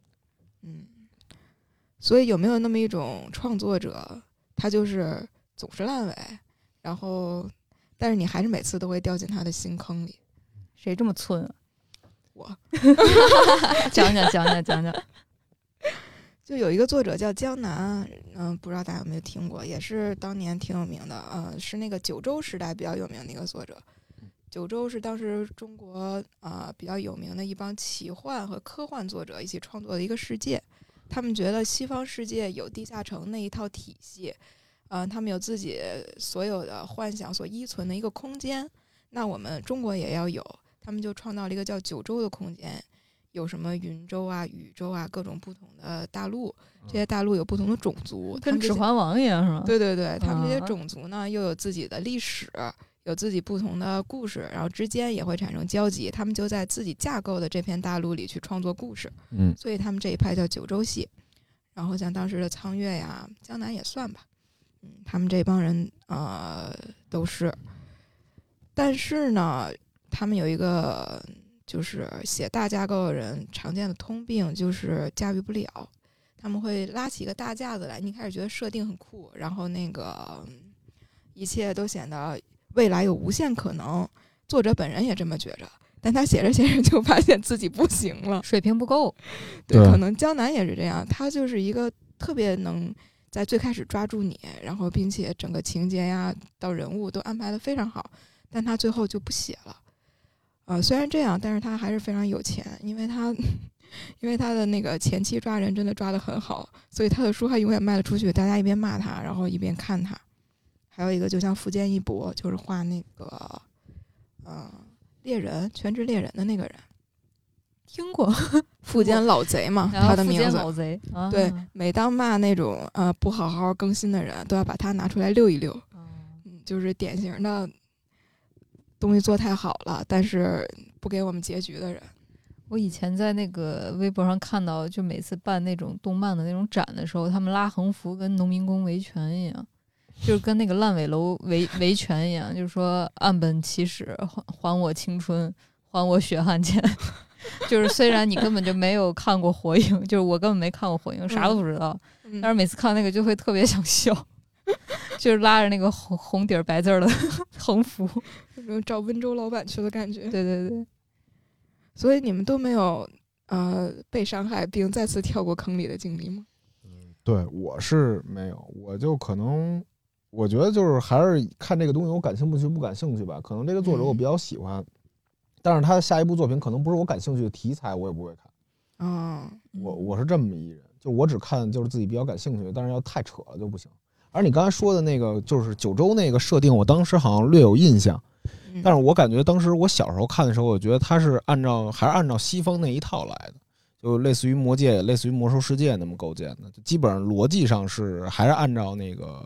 所以有没有那么一种创作者，他就是总是烂尾，然后但是你还是每次都会掉进他的新坑里？ 谁这么寸啊？ 我讲讲。 就有一个作者叫江南，不知道大家有没有听过，也是当年挺有名的，是那个九州时代比较有名的一个作者。九州是当时中国比较有名的一帮奇幻和科幻作者一起创作的一个世界。他们觉得西方世界有地下城那一套体系，他们有自己所有的幻想所依存的一个空间，那我们中国也要有。他们就创造了一个叫九州的空间。有什么云州啊、宇宙啊，各种不同的大陆，这些大陆有不同的种族， 跟指环王一样是吗？ 对对对，他们这些种族呢又有自己的历史，有自己不同的故事，然后之间也会产生交集，他们就在自己架构的这片大陆里去创作故事。所以他们这一派叫九州系。然后像当时的苍月呀、江南也算吧，他们这帮人都是。但是呢，他们有一个。就是写大架构的人常见的通病就是驾驭不了，他们会拉起一个大架子来，你开始觉得设定很酷，然后那个一切都显得未来有无限可能，作者本人也这么觉着，但他写着写着就发现自己不行了， 水平不够。 对，可能江南也是这样，他就是一个特别能在最开始抓住你，然后并且整个情节呀到人物都安排得非常好，但他最后就不写了。虽然这样，但是他还是非常有钱，因为他的那个前期抓人真的抓得很好，所以他的书还永远卖得出去，大家一边骂他，然后一边看他。还有一个就像福建一博，就是画那个猎人全职猎人的那个人， 听过福建老贼嘛，他的名字。 福建老贼， 对，每当骂那种不好好更新的人，都要把他拿出来溜一溜。就是典型的。东西做太好了，但是不给我们结局的人。 我以前在那个微博上看到，就每次办那种动漫的那种展的时候，他们拉横幅跟农民工维权一样，就是跟那个烂尾楼维权一样，就是说岸本齐史，还我青春，还我血汗钱。就是虽然你根本就没有看过火影，就是我根本没看过火影，啥都不知道，但是每次看那个就会特别想笑。就是拉着那个红底儿白字儿的横幅， 有种找温州老板去的感觉。 对对对， 所以你们都没有被伤害并再次跳过坑里的经历吗？ 对，我是没有，我就可能我觉得就是还是看这个东西我感兴趣不感兴趣吧。可能这个作者我比较喜欢，但是他的下一部作品可能不是我感兴趣的题材，我也不会看。我是这么一人，就我只看就是自己比较感兴趣的，但是要太扯了就不行。而你刚才说的那个就是九州那个设定，我当时好像略有印象，但是我感觉当时我小时候看的时候，我觉得它是还是按照西方那一套来的，就类似于魔戒，类似于魔兽世界那么构建的，就基本上逻辑上是还是按照那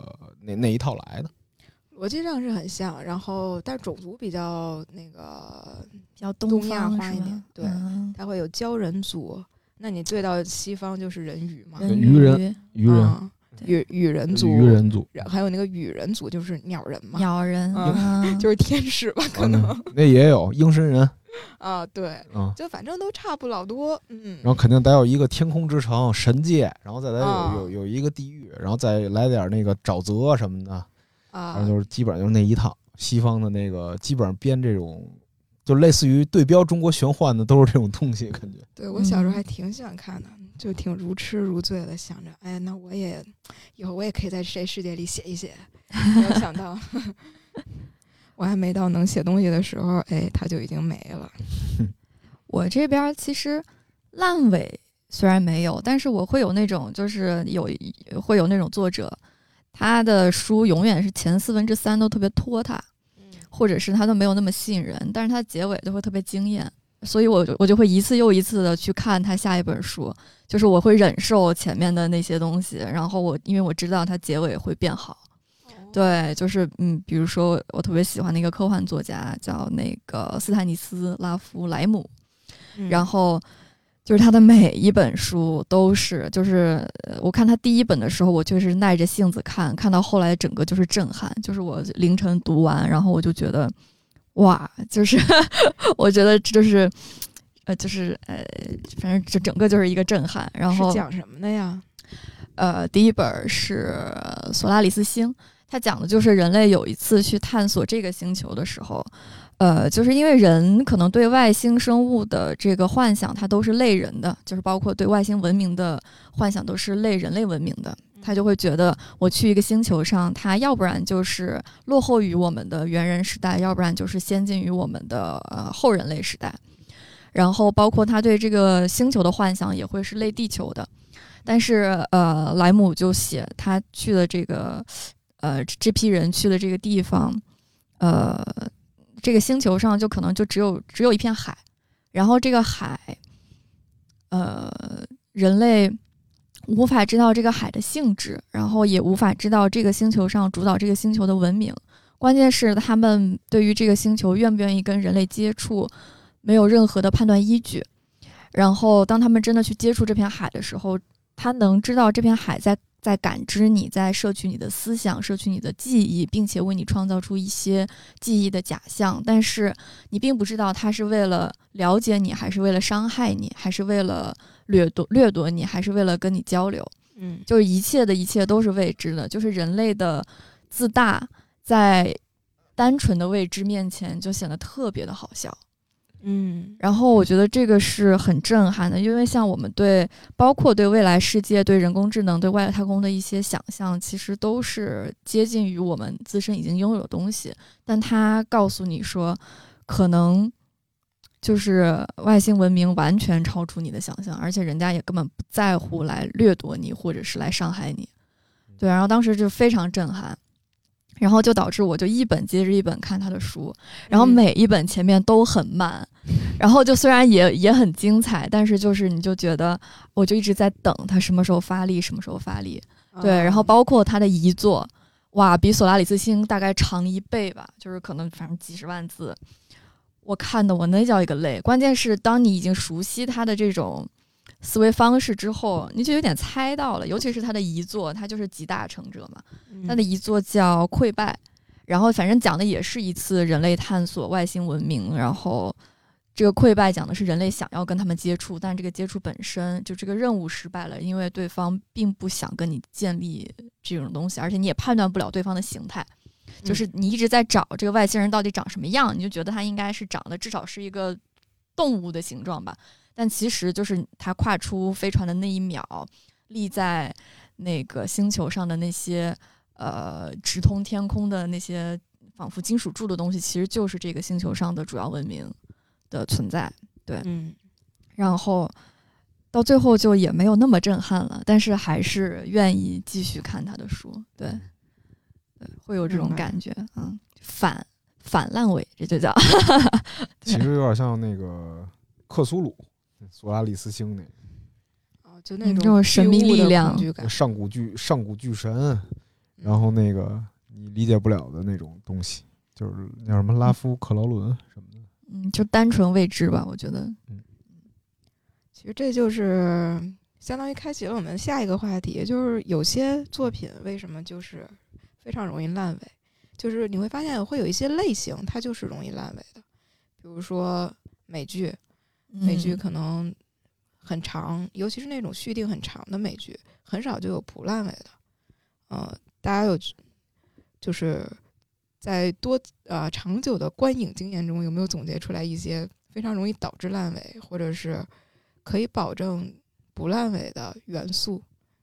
哪一套来的？ 逻辑上是很像，然后但是种族比较那个比较东亚方化一点，对，它会有鲛人族。那你对到西方就是人鱼嘛？ 鱼人， 羽人族， 鱼人族， 还有那个羽人族就是鸟人嘛？ 鸟人， 就是天使吧？可能那也有鹰身人啊，对，就反正都差不老多，然后肯定得有一个天空之城神界，然后再来有一个地狱，然后再来点那个沼泽什么的啊， 然后就是基本上就是那一套西方的那个，基本上编这种就类似于对标中国玄幻的都是这种东西，感觉。 对，我小时候还挺喜欢看的，就挺如痴如醉的，想着，哎，那我也以后我也可以在这世界里写一写。没有想到，我还没到能写东西的时候，哎，它就已经没了。 我这边其实烂尾虽然没有，但是我会有那种，就是会有那种作者，他的书永远是前3/4都特别拖沓。或者是他都没有那么吸引人，但是他结尾就会特别惊艳，所以我就会一次又一次的去看他下一本书，就是我会忍受前面的那些东西，然后因为我知道他结尾会变好。对，就是比如说我特别喜欢那个科幻作家叫那个斯坦尼斯拉夫莱姆，然后就是他的每一本书都是，就是我看他第一本的时候，我就是耐着性子看到后来整个就是震撼，就是我凌晨读完，然后我就觉得，哇，就是我觉得就是反正这整个就是一个震撼。然后是讲什么的呀？ 第一本是索拉里斯星，他讲的就是人类有一次去探索这个星球的时候。就是因为人可能对外星生物的这个幻想，它都是类人的，就是包括对外星文明的幻想都是类人类文明的。他就会觉得我去一个星球上，它要不然就是落后于我们的猿人时代，要不然就是先进于我们的后人类时代。然后包括他对这个星球的幻想也会是类地球的。但是莱姆就写他去的这个这批人去的这个地方，这个星球上就可能就只有一片海，然后这个海，人类无法知道这个海的性质，然后也无法知道这个星球上主导这个星球的文明。关键是他们对于这个星球愿不愿意跟人类接触，没有任何的判断依据。然后当他们真的去接触这片海的时候，他能知道这片海在感知你，在摄取你的思想，摄取你的记忆，并且为你创造出一些记忆的假象，但是你并不知道它是为了了解你，还是为了伤害你，还是为了掠夺你，还是为了跟你交流。就是一切的一切都是未知的，就是人类的自大在单纯的未知面前就显得特别的好笑。然后我觉得这个是很震撼的，因为像我们包括对未来世界、对人工智能、对外太空的一些想象，其实都是接近于我们自身已经拥有的东西，但他告诉你说，可能就是外星文明完全超出你的想象，而且人家也根本不在乎来掠夺你或者是来伤害你。对，然后当时就非常震撼。然后就导致我就一本接着一本看他的书，然后每一本前面都很慢，然后就虽然也很精彩，但是就是你就觉得我就一直在等他什么时候发力，什么时候发力。对，然后包括他的遗作，哇，比索拉里斯星大概长1倍吧，就是可能反正几十万字，我看的我那叫一个累。关键是当你已经熟悉他的这种思维方式之后，你就有点猜到了，尤其是他的遗作，他就是集大成者嘛。他的遗作叫《溃败》，然后反正讲的也是一次人类探索外星文明，然后这个溃败讲的是人类想要跟他们接触，但这个接触本身就这个任务失败了，因为对方并不想跟你建立这种东西，而且你也判断不了对方的形态，就是你一直在找这个外星人到底长什么样，你就觉得他应该是长得至少是一个动物的形状吧。但其实就是他跨出飞船的那一秒，立在那个星球上的那些直通天空的那些仿佛金属柱的东西，其实就是这个星球上的主要文明的存在。对，然后到最后就也没有那么震撼了，但是还是愿意继续看他的书。对，会有这种感觉。反烂尾，这就叫其实有点像那个克苏鲁索拉里斯星那个， 就那种神秘力量， 上古巨神， 然后那个你理解不了的那种东西，就是叫什么拉夫克劳伦什么的。 就单纯未知吧，我觉得。 其实这就是相当于开启了我们下一个话题，就是有些作品为什么就是非常容易烂尾，就是你会发现会有一些类型它就是容易烂尾的，比如说美剧可能很长，尤其是那种续订很长的美剧，很少就有不烂尾的。大家有就是在长久的观影经验中，有没有总结出来一些非常容易导致烂尾，或者是可以保证不烂尾的元素？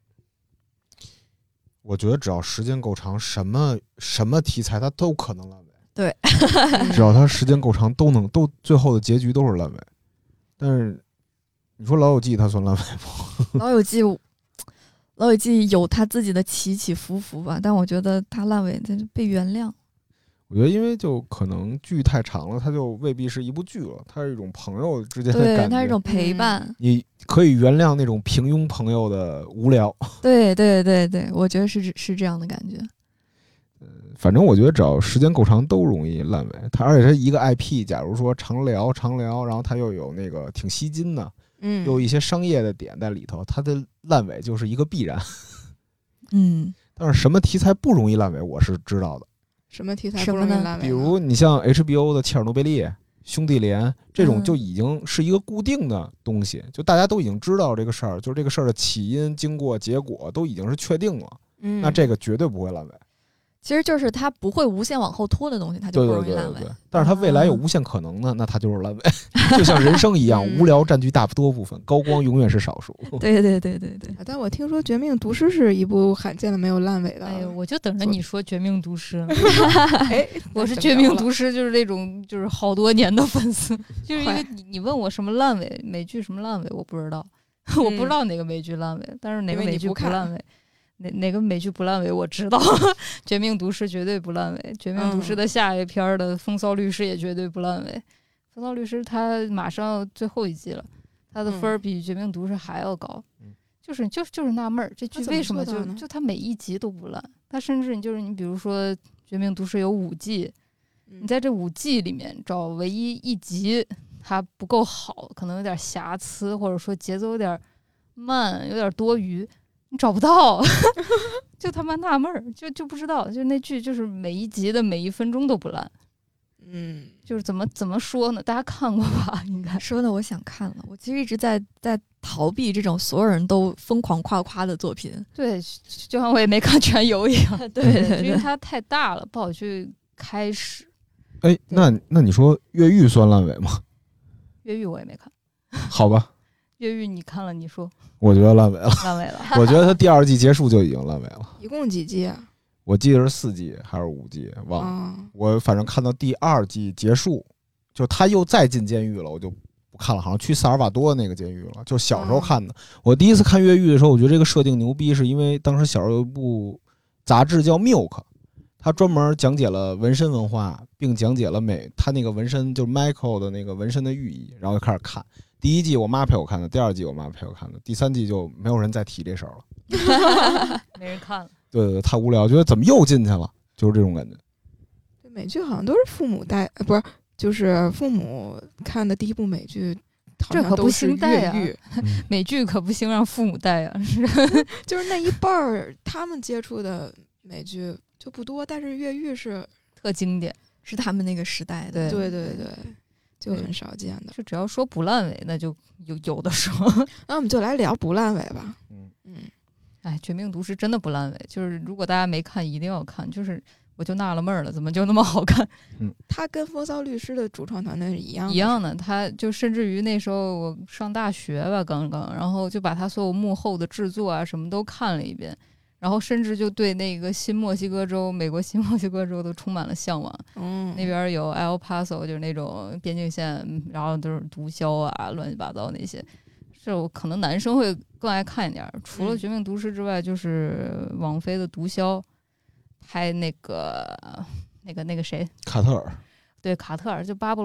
我觉得只要时间够长，什么题材它都可能烂尾。 对， 只要它时间够长，都最后的结局都是烂尾。但是你说《老友记》它算烂尾吗？ 老友记有他自己的起起伏伏吧，但我觉得他烂尾他就被原谅。 我觉得因为就可能剧太长了，它就未必是一部剧了，它是一种朋友之间的感觉。 对，它是一种陪伴。 你可以原谅那种平庸朋友的无聊。 对对对对，我觉得是这样的感觉。 反正我觉得只要时间够长都容易烂尾。而且它一个 IP， 假如说长聊，然后它又有那个挺吸金的，又有一些商业的点在里头，它的烂尾就是一个必然。但是什么题材不容易烂尾，我是知道的。 什么题材不容易烂尾？ 比如你像 HBO 的切尔诺贝利、兄弟连这种，就已经是一个固定的东西，就大家都已经知道这个事儿，就是这个事儿的起因、经过、结果都已经是确定了。那这个绝对不会烂尾。 其实就是它不会无限往后拖的东西，它就不容易烂尾。 对，但是它未来有无限可能的，那它就是烂尾。就像人生一样，无聊占据大多部分，高光永远是少数。 对。 但我听说《绝命毒师》是一部罕见的没有烂尾的。 哎呦，我就等着你说《绝命毒师》 哎， 我是《绝命毒师》就是那种就是好多年的粉丝，就是因为你问我什么烂尾美剧什么烂尾，我不知道，我不知道哪个美剧烂尾，但是哪个美剧不烂尾。哪个美剧不烂尾我知道，绝命毒师绝对不烂尾，绝命毒师的下一篇的风骚律师也绝对不烂尾。风骚律师他马上最后一季了，他的分比绝命毒师还要高。就是纳闷儿，这剧为什么就他每一集都不烂？他甚至你比如说绝命毒师有5季，你在这5季里面找唯一一集它不够好，可能有点瑕疵，或者说节奏有点慢，有点多余，你找不到。就他妈纳闷儿，就不知道，就那剧就是每一集的每一分钟都不烂。就是怎么说呢？大家看过吧？应该说的我想看了。我其实一直在逃避这种所有人都疯狂夸的作品。 对，就像我也没看全游一样。 对， 因为它太大了，不好去开始。 哎，那你说越狱算烂尾吗？ 越狱我也没看。 好吧。 越狱你看了？你说？ 我觉得烂尾了。 烂尾了。 我觉得它第2季结束就已经烂尾了。 一共几季啊？ 我记得是4季还是5季，忘了。我反正看到第2季结束，就他又再进监狱了，我就不看了。好像去萨尔瓦多那个监狱了，就小时候看的。我第一次看越狱的时候，我觉得这个设定牛逼，是因为当时小时候有一部杂志叫《Milk》，它专门讲解了纹身文化，并讲解了他那个纹身就是 Michael 的那个纹身的寓意，然后就开始看。第1季我妈陪我看的，第2季我妈陪我看的，第3季就没有人再提这事儿了。 没人看了。 对，太无聊，觉得怎么又进去了，就是这种感觉。 对，美剧好像都是父母带，不是，就是父母看的第一部美剧， 这可不兴带呀。美剧可不兴让父母带呀。 就是那一辈儿，他们接触的美剧就不多，但是越狱是特经典， 是他们那个时代的。 对，就很少见的。 就只要说不烂尾，那就有的说。 那我们就来聊不烂尾吧。 哎，绝命毒师真的不烂尾，就是如果大家没看，一定要看。就是我就纳了闷了，怎么就那么好看？ 他跟风骚律师的主创团队是一样的。他就甚至于那时候我上大学吧，刚刚，然后就把他所有幕后的制作啊什么都看了一遍，然后甚至就对那个美国新墨西哥州都充满了向往。那边有 El Paso， 就是那种边境线，然后都是毒枭啊，乱七八糟那些。这我可能男生会更爱看一点。除了《绝命毒师》之外，就是网飞的《毒枭》，拍那个谁， 卡特尔。 对，卡特尔就巴勃罗，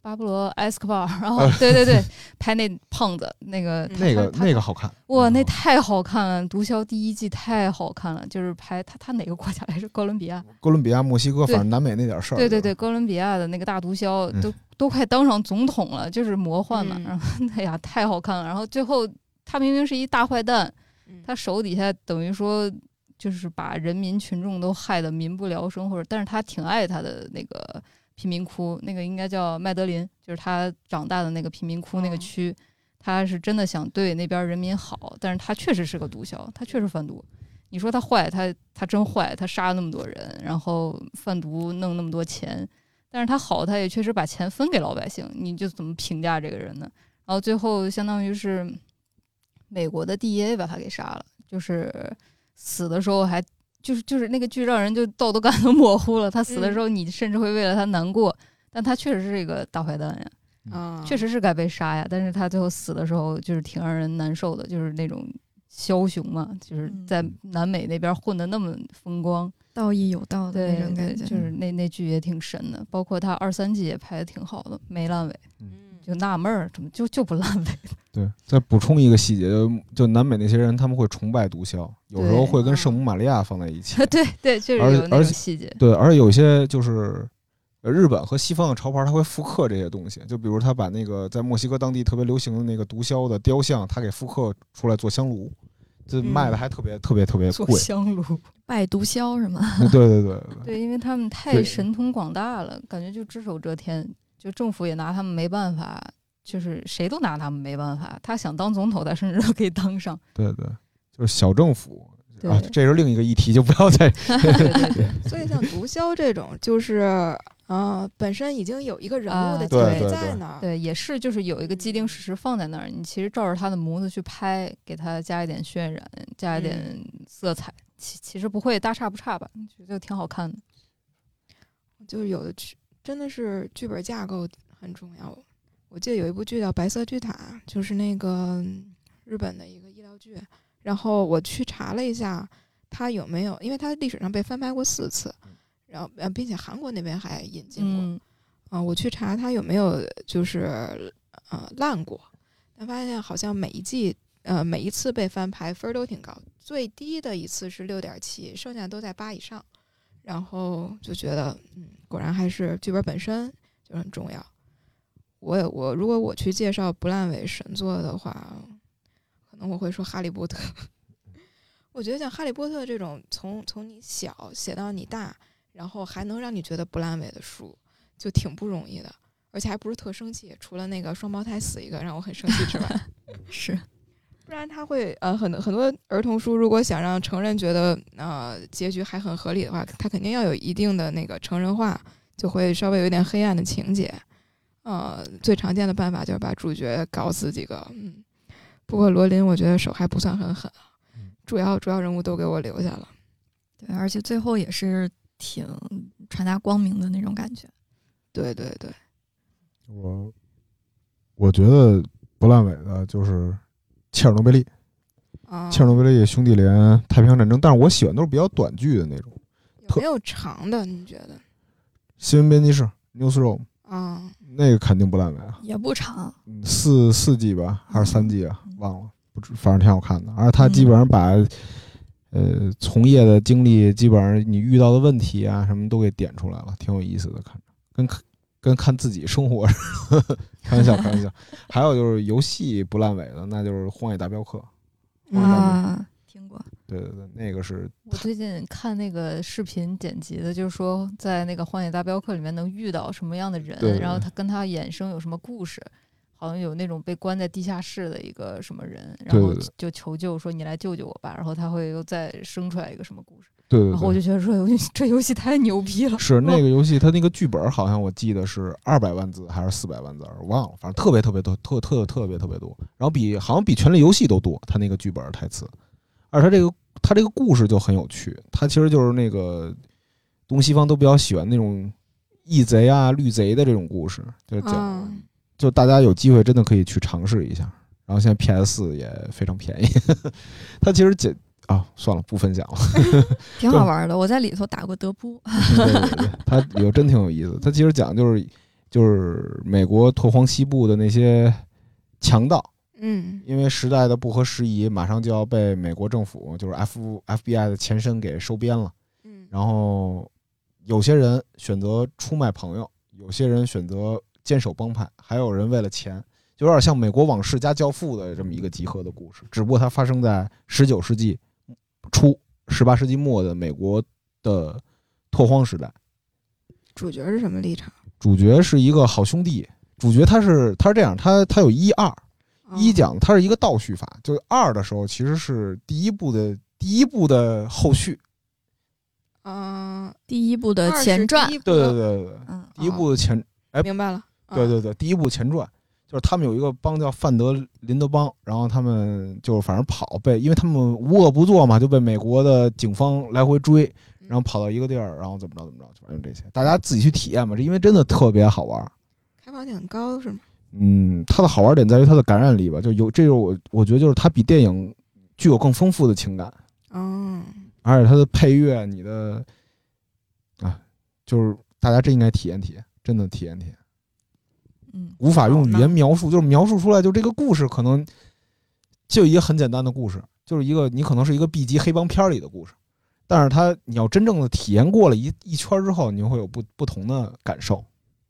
巴布罗·埃斯科巴尔，然后对，拍那胖子那个好看， 哇，那太好看了！毒枭第1季太好看了，就是拍他哪个国家来着？哥伦比亚、 墨西哥，反正南美那点事儿。 对，哥伦比亚的那个大毒枭都快当上总统了，就是魔幻嘛。然后哎呀，太好看了。然后最后他明明是一大坏蛋，他手底下等于说就是把人民群众都害得民不聊生，但是他挺爱他的那个贫民窟，那个应该叫麦德林，就是他长大的那个贫民窟那个区，他是真的想对那边人民好，但是他确实是个毒枭，他确实贩毒。你说他坏，他真坏，他杀了那么多人，然后贩毒弄那么多钱，但是他好，他也确实把钱分给老百姓，你就怎么评价这个人呢？然后最后相当于是美国的 DEA 把他给杀了，就是死的时候还就是那个剧让人就道德感都模糊了。他死的时候，你甚至会为了他难过，但他确实是一个大坏蛋呀，确实是该被杀呀。但是他最后死的时候，就是挺让人难受的，就是那种枭雄嘛，就是在南美那边混得那么风光， 道义有道的那种感觉。 就是那剧也挺神的，包括他2、3季也拍得挺好的，没烂尾。就纳闷儿，怎么就不烂尾？ 对，再补充一个细节，就南美那些人他们会崇拜毒枭，有时候会跟圣母玛利亚放在一起。 对，就是有那种细节。 对，而有些就是日本和西方的潮牌，他会复刻这些东西。就比如他把那个在墨西哥当地特别流行的那个毒枭的雕像，他给复刻出来做香炉，这卖的还特别贵。 做香炉拜毒枭是吗？ 对， 因为他们太神通广大了，感觉就只手遮天。就政府也拿他们没办法，就是谁都拿他们没办法。他想当总统，他甚至都可以当上。 对，就是小政府啊，这是另一个议题，就不要再。 对。所以像毒枭这种，就是本身已经有一个人物的基础在那儿， 对，也是就是有一个既定事实放在那儿，你其实照着他的模子去拍，给他加一点渲染，加一点色彩，其实不会大差不差吧？就挺好看的。 就是有的真的是剧本架构很重要。我记得有一部剧叫《白色巨塔》，就是那个日本的一个医疗剧。然后我去查了一下，它有没有，因为它历史上被翻拍过4次，然后并且韩国那边还引进过。我去查它有没有就是烂过，但发现好像每一次被翻拍分都挺高，最低的一次是6.7，剩下都在8以上。然后就觉得，果然还是剧本本身就很重要。我如果我去介绍不烂尾神作的话，可能我会说《哈利波特》。我觉得像《哈利波特》这种从你小写到你大，然后还能让你觉得不烂尾的书，就挺不容易的，而且还不是特生气。除了那个双胞胎死一个让我很生气之外， 是。 不然他会很多儿童书，如果想让成人觉得结局还很合理的话，他肯定要有一定的那个成人化，就会稍微有一点黑暗的情节。最常见的办法就是把主角搞死几个。不过罗琳我觉得手还不算很狠，主要人物都给我留下了。 对，而且最后也是挺传达光明的那种感觉。 对。 我觉得不烂尾的就是切尔诺贝利，切尔诺贝利兄弟连太平洋战争，但是我喜欢都是比较短剧的那种。 有没有长的？你觉得？ 新闻编辑室 Newsroom 那个肯定不烂尾啊， 也不长 ，4季吧，还是3季啊？忘了，反正挺好看的。而他基本上把从业的经历，基本上你遇到的问题啊什么都给点出来了，挺有意思的，看着跟看自己生活似的。开玩笑。还有就是游戏不烂尾的，那就是《荒野大镖客》 听过。 对，那个是我最近看那个视频剪辑的，就是说在那个《荒野大镖客》里面能遇到什么样的人， 对， 然后他跟他衍生有什么故事。好像有那种被关在地下室的一个什么人，然后就求救说你来救救我吧，然后他会又再生出来一个什么故事。 对， 然后我就觉得说这游戏太牛逼了。 是那个游戏，它那个剧本好像我记得是200万字还是400万字，我忘了，反正特别多，特别多。然后好像比权力游戏都多，它那个剧本台词，而它这个故事就很有趣。它其实就是那个东西方都比较喜欢那种义贼啊、绿贼的这种故事，就是讲。就大家有机会真的可以去尝试一下，然后现在 PS4 也非常便宜。它其实算了，不分享了。 挺好玩的，我在里头打过德扑。 对，它里头真挺有意思。它其实讲就是就是美国拓荒西部的那些强盗， 嗯因为时代的不合时宜，马上就要被美国政府就是 FBI 的前身给收编了。 嗯然后有些人选择出卖朋友，有些人选择坚守帮派，还有人为了钱，就有点像美国往事加教父的这么一个集合的故事，只不过它发生在19世纪初18世纪末的美国的拓荒时代。 主角是什么立场？ 主角是一个好兄弟，主角他是这样，他有1、2，一讲它是一个倒叙法，就是2的时候其实是第一部的后续， 第一部的前传， 对，第一部的前， 明白了， 对，第一部前传，就是他们有一个帮叫范德林德帮，然后他们就反正因为他们无恶不作嘛，就被美国的警方来回追，然后跑到一个地儿，然后怎么着，反正这些大家自己去体验吧，这因为真的特别好玩， 开放性很高是吗？ 它的好玩点在于它的感染力吧，这就是我觉得就是它比电影具有更丰富的情感，而且它的配乐，你的就是大家真应该体验，真的体验，无法用语言描述，就是描述出来，就这个故事可能就一个很简单的故事，就是一个你可能是一个 B 级黑帮片里的故事，但是你要真正的体验过了一圈之后，你会有不同的感受。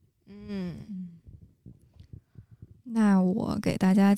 那我给大家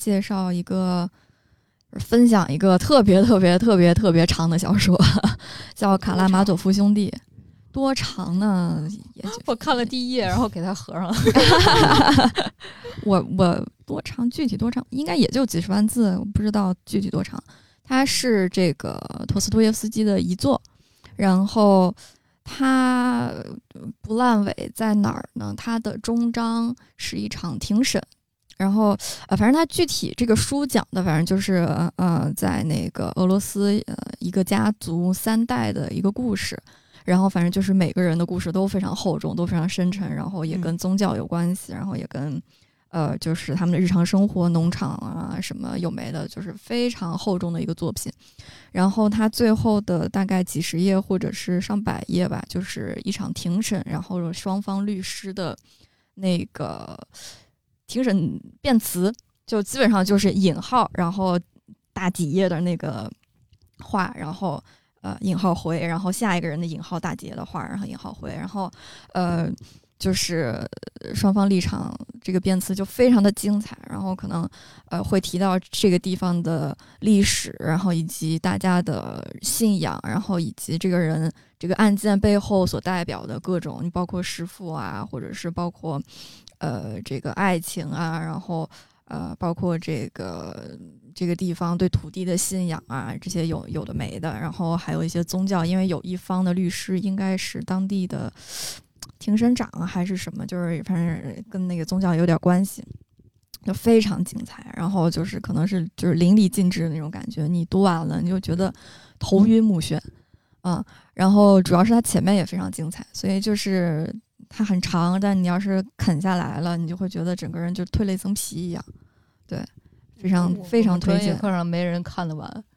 分享一个特别长的小说，叫《卡拉马佐夫兄弟》。多长呢？ 我看了第1页，然后给它合上了。 我多长？具体多长？应该也就几十万字，我不知道具体多长。它是这个陀思妥耶夫斯基的遗作，然后它不烂尾在哪儿呢？它的终章是一场庭审。然后反正它具体这个书讲的，反正就是在那个俄罗斯一个家族3代的一个故事。然后反正就是每个人的故事都非常厚重，都非常深沉，然后也跟宗教有关系，然后也跟就是他们的日常生活、农场啊什么有没的，就是非常厚重的一个作品。然后它最后的大概几十页或者是上百页吧，就是一场庭审，然后双方律师的那个庭审辩词，就基本上就是引号，然后大几页的那个话，然后引号回，然后下一个人的引号大节的话，然后引号回，然后就是双方立场这个辩词就非常的精彩，然后可能会提到这个地方的历史，然后以及大家的信仰，然后以及这个人这个案件背后所代表的各种，包括弑父啊，或者是包括这个爱情啊，然后包括这个地方对土地的信仰啊，这些有的没的，然后还有一些宗教，因为有一方的律师应该是当地的庭审长还是什么，就是反正跟那个宗教有点关系，就非常精彩。然后就是可能是就是淋漓尽致的那种感觉，你读完了你就觉得头晕目眩然后主要是它前面也非常精彩，所以就是它很长，但你要是啃下来了，你就会觉得整个人就蜕了一层皮一样。对，非常推荐。 专业课上没人看得完。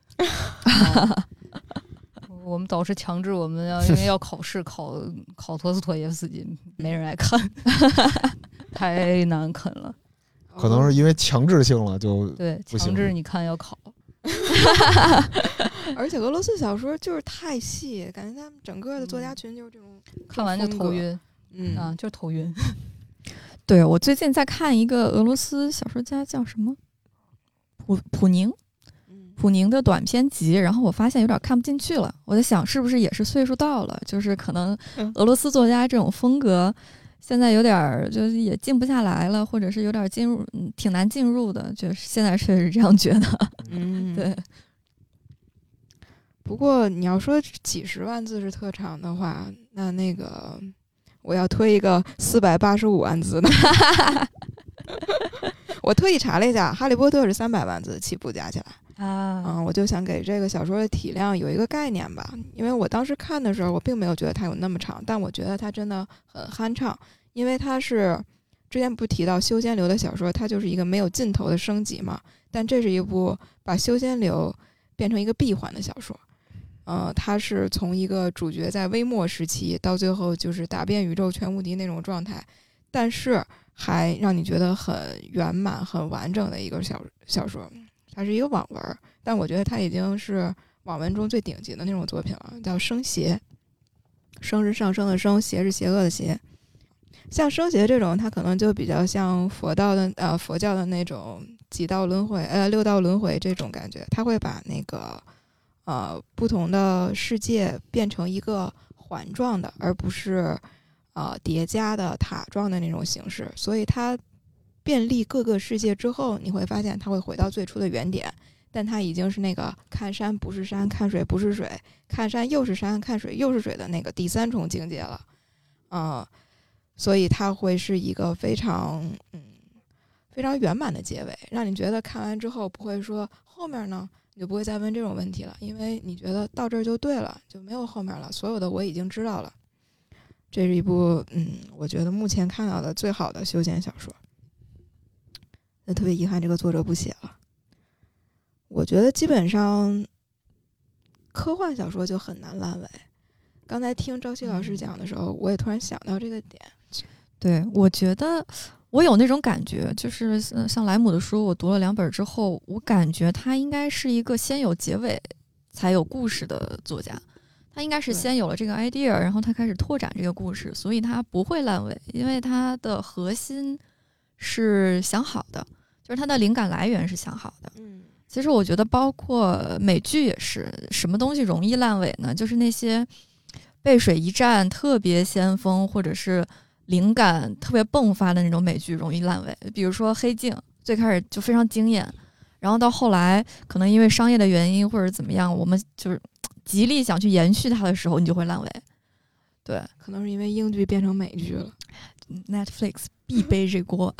我们导师强制我们因为要考试考陀思妥耶夫斯基，没人来看，太难啃了。 可能是因为强制性了，就对，强制你看要考。 而且俄罗斯小说就是太细，感觉他们整个的作家群就是这种看完就头晕，就是头晕。 对，我最近在看一个俄罗斯小说家叫什么普宁的短篇集，然后我发现有点看不进去了。我在想是不是也是岁数到了，就是可能俄罗斯作家这种风格现在有点就是也静不下来了，或者是有点挺难进入的，就是现在是这样觉得。对。 不过你要说几十万字是特长的话，那个我要推一个485万字的。我特意查了一下，《哈利波特》是300万字起步加起来我就想给这个小说的体量有一个概念吧。因为我当时看的时候，我并没有觉得它有那么长，但我觉得它真的很酣畅，因为它是之前不提到修仙流的小说，它就是一个没有尽头的升级嘛。但这是一部把修仙流变成一个闭环的小说。它是从一个主角在微末时期到最后就是打遍宇宙全无敌那种状态， 但是还让你觉得很圆满、很完整的一个小说。它是一个网文，但我觉得它已经是网文中最顶级的那种作品了，叫生邪。生是上升的生，邪是邪恶的邪。像生邪这种，它可能就比较像佛教的那种几道轮回六道轮回这种感觉，它会把那个不同的世界变成一个环状的，而不是叠加的塔状的那种形式。所以它遍历各个世界之后，你会发现它会回到最初的原点，但它已经是那个看山不是山，看水不是水，看山又是山，看水又是水的那个第三重境界了。所以它会是一个非常圆满的结尾，让你觉得看完之后不会说后面呢，你就不会再问这种问题了，因为你觉得到这儿就对了，就没有后面了，所有的我已经知道了。这是一部我觉得目前看到的最好的修仙小说。那特别遗憾这个作者不写了。我觉得基本上科幻小说就很难烂尾。刚才听朝夕老师讲的时候，我也突然想到这个点。 对，我觉得我有那种感觉，就是像莱姆的书，我读了2本之后，我感觉他应该是一个先有结尾才有故事的作家。他应该是先有了这个 idea， 然后他开始拓展这个故事，所以他不会烂尾，因为他的核心是想好的，就是他的灵感来源是想好的。其实我觉得包括美剧也是，什么东西容易烂尾呢？就是那些背水一战特别先锋，或者是灵感特别迸发的那种美剧容易烂尾。比如说黑镜，最开始就非常惊艳，然后到后来可能因为商业的原因或者怎么样，我们就是极力想去延续它的时候，你就会烂尾。对， 可能是因为英剧变成美剧了， Netflix 必背这锅。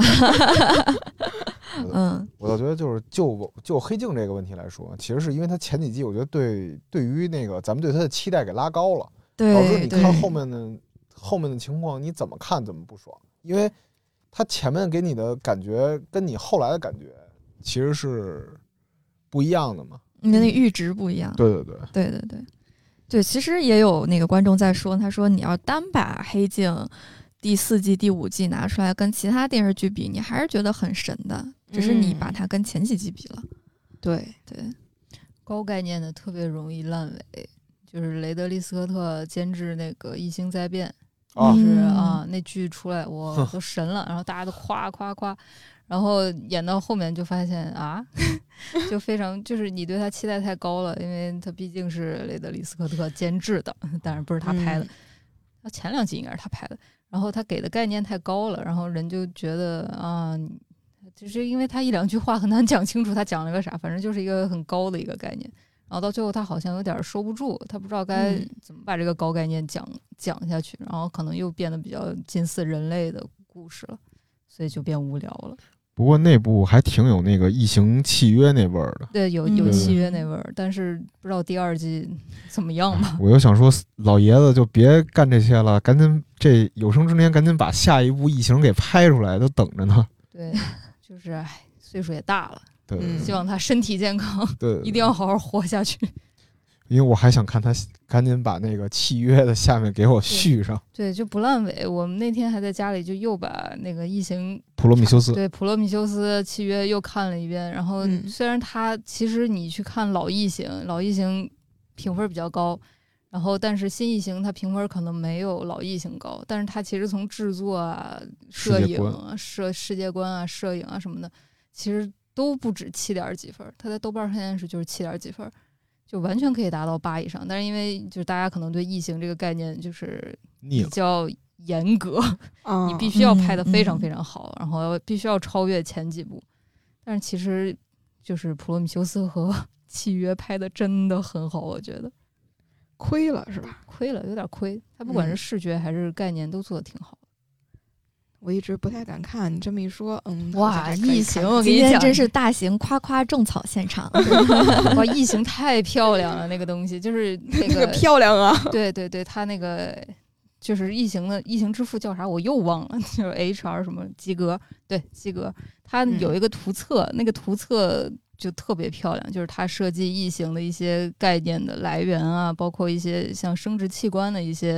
我倒觉得就是就黑镜这个问题来说，其实是因为它前几季我觉得对于那个咱们对它的期待给拉高了，导致你看后面的情况你怎么看怎么不爽，因为它前面给你的感觉跟你后来的感觉其实是不一样的嘛， 你的那个阈值不一样。对，其实也有那个观众在说，他说你要单把黑镜第4季第5季拿出来跟其他电视剧比，你还是觉得很神的，只是你把它跟前几季比了。 对， 高概念的特别容易烂尾，就是雷德利·斯科特监制那个《异星灾变》，就是那剧出来我都神了，然后大家都夸夸夸，然后演到后面就发现就非常就是你对他期待太高了，因为他毕竟是雷德利·斯科特监制的，当然不是他拍的，他前2季应该是他拍的，然后他给的概念太高了，然后人就觉得就是因为他1-2句话很难讲清楚他讲了个啥，反正就是一个很高的一个概念，然后到最后他好像有点收不住，他不知道该怎么把这个高概念讲下去，然后可能又变得比较近似人类的故事了，所以就变无聊了。 不过那部还挺有那个异形契约那味儿的。 对，有契约那味儿，但是不知道第2季怎么样吧。 我又想说，老爷子就别干这些了，赶紧这有生之年赶紧把下一部异形给拍出来，都等着呢。 对，就是岁数也大了， 对， 希望他身体健康， 对， 一定要好好活下去。 因为我还想看他赶紧把那个契约的下面给我续上。 对，就不烂尾。我们那天还在家里就又把那个异形普罗米修斯， 对，普罗米修斯契约又看了一遍。然后虽然他其实你去看老异形评分比较高，然后但是新异形它评分可能没有老异形高，但是它其实从制作啊、摄影啊、世界观啊、摄影啊什么的，其实都不止7点几分。它在豆瓣现在就是7点几分。就完全可以达到8以上，但是因为就是大家可能对异形这个概念就是比较严格，你必须要拍得非常非常好，然后必须要超越前几部。但是其实就是普罗米修斯和契约拍的真的很好，我觉得亏了是吧？ 亏了，有点亏。他不管是视觉还是概念都做得挺好。 我一直不太敢看，你这么一说， 哇，异形，我跟今你讲， 天真是大型夸夸种草现场。 哇，异形太漂亮了，那个东西就是那个漂亮啊！ 对，它那个就是异形之父叫啥，我又忘了，就是 HR 什么基格，对，基格，他有一个图册，那个图册就特别漂亮，就是他设计异形的一些概念的来源啊，包括一些像生殖器官的一些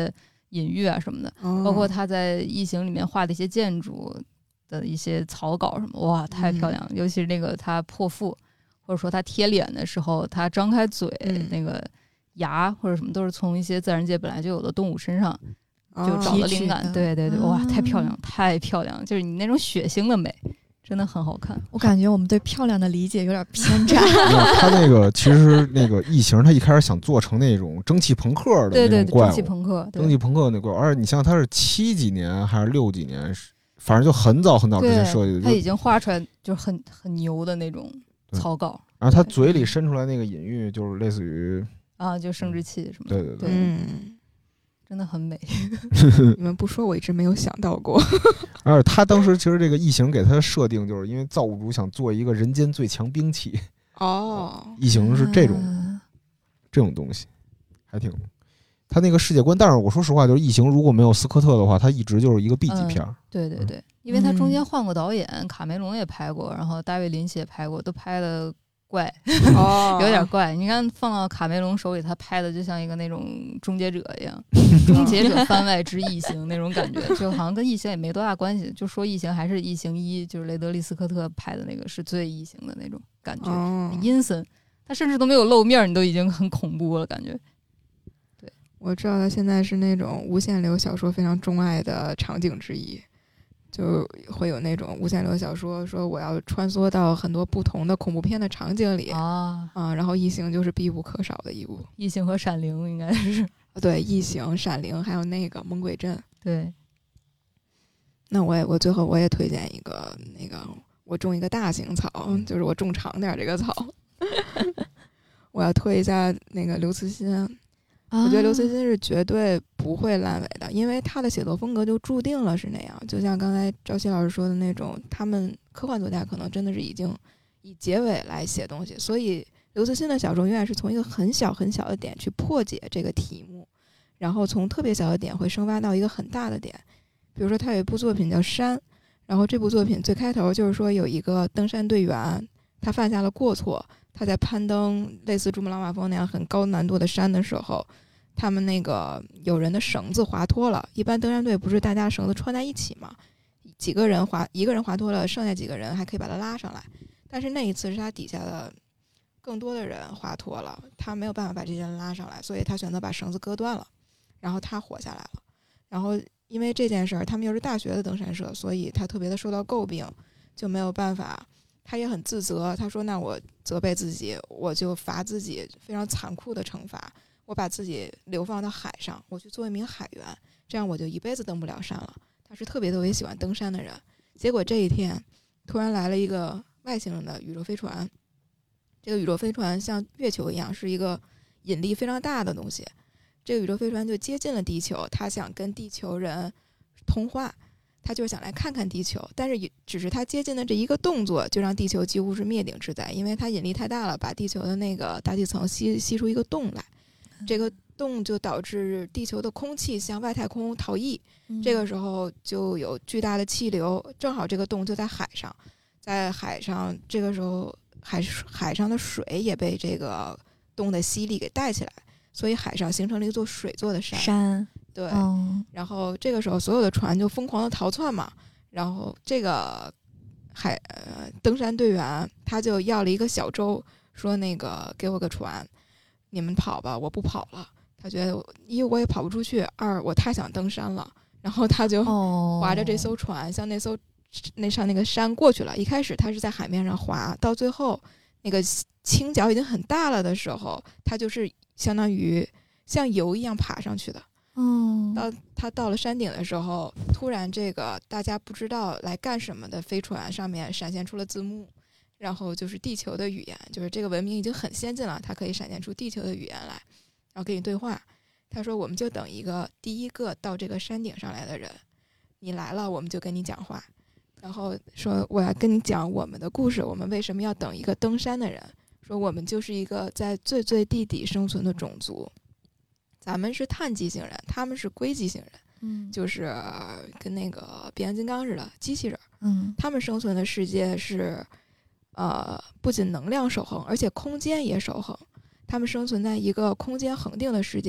隐喻啊什么的，包括他在异形里面画的一些建筑的一些草稿什么，哇，太漂亮了！尤其是那个他破腹，或者说他贴脸的时候，他张开嘴，那个牙或者什么都是从一些自然界本来就有的动物身上就找了灵感。对对对，哇，太漂亮，太漂亮！就是你那种血腥的美。真的很好看， 我感觉我们对漂亮的理解有点偏差。 他那个其实那个异形，他一开始想做成那种蒸汽朋克的那种怪物， 蒸汽朋克那怪物，而且你像他是70几年还是60几年，反正就很早很早之前设计的， 他已经画出来就很牛的那种草稿。 然后他嘴里伸出来那个隐喻，就是类似于就生殖器什么的。对， 真的很美。 你们不说，我一直没有想到过。 而且他当时其实这个异形给他的设定，就是因为造物主想做一个人间最强兵器。异形是这种东西，还挺他那个世界观。但是我说实话，就是异形如果没有斯科特的话，他一直就是一个 B 级片。 对对对，因为他中间换过导演，卡梅隆也拍过，然后大卫林奇也拍过，都拍的怪，有点怪。你看放到卡梅隆手里，他拍的就像一个那种终结者一样，终结者番外之异形那种感觉，就好像跟异形也没多大关系。就说异形还是异形1，就是雷德利·斯科特拍的那个是最异形的那种感觉，阴森。他甚至都没有露面，你都已经很恐怖了感觉。对， 我知道他现在是那种无限流小说非常钟爱的场景之一。就会有那种无限流小说说我要穿梭到很多不同的恐怖片的场景里然后异形就是必不可少的一部。 异形和闪灵应该是对，异形、闪灵还有那个猛鬼镇。 对， 那我最后我也推荐一个，那个我种一个大型草，就是我种长点这个草。我要推一下那个刘慈欣。我觉得刘慈欣是绝对不会烂尾的，因为他的写作风格就注定了是那样。就像刚才赵熙老师说的那种，他们科幻作家可能真的是已经以结尾来写东西，所以刘慈欣的小说永远是从一个很小很小的点去破解这个题目，然后从特别小的点会升发到一个很大的点。比如说他有一部作品叫《山》，然后这部作品最开头就是说有一个登山队员，他犯下了过错，他在攀登类似珠穆朗玛峰那样很高难度的山的时候，他们那个有人的绳子滑脱了。一般登山队不是大家绳子穿在一起吗？一个人滑脱了，剩下几个人还可以把他拉上来。但是那一次是他底下的更多的人滑脱了，他没有办法把这些人拉上来，所以他选择把绳子割断了，然后他活下来了。然后因为这件事儿，他们又是大学的登山社，所以他特别的受到诟病，就没有办法。他也很自责，他说那我责备自己，我就罚自己非常残酷的惩罚，我把自己流放到海上，我去做一名海员，这样我就一辈子登不了山了。他是特别特别喜欢登山的人，结果这一天突然来了一个外星人的宇宙飞船，这个宇宙飞船像月球一样是一个引力非常大的东西，这个宇宙飞船就接近了地球，他想跟地球人通话，他就是想来看看地球，但是也只是他接近的这一个动作就让地球几乎是灭顶之灾，因为它引力太大了，把地球的那个大气层吸出一个洞来，这个洞就导致地球的空气向外太空逃逸，这个时候就有巨大的气流，正好这个洞就在海上，在海上这个时候海上的水也被这个洞的吸力给带起来，所以海上形成了一座水做的山。对，然后这个时候所有的船就疯狂的逃窜嘛，然后这个登山队员他就要了一个小舟，说那个给我个船，你们跑吧，我不跑了。他觉得一我也跑不出去，二我太想登山了，然后他就划着这艘船向上那个山过去了。一开始他是在海面上划，到最后那个倾角已经很大了的时候，他就是相当于像油一样爬上去的。他到了山顶的时候，突然这个大家不知道来干什么的飞船上面闪现出了字幕，然后就是地球的语言，就是这个文明已经很先进了，它可以闪现出地球的语言来，然后跟你对话。他说我们就等一个第一个到这个山顶上来的人，你来了我们就跟你讲话，然后说我要跟你讲我们的故事，我们为什么要等一个登山的人，说我们就是一个在最最地底生存的种族，咱们是碳基性人，他们是硅基性人，就是跟那个变形金刚似的机器人。他们生存的世界是不仅能量守恒，而且空间也守恒。他们生存在一个空间恒定的世界里，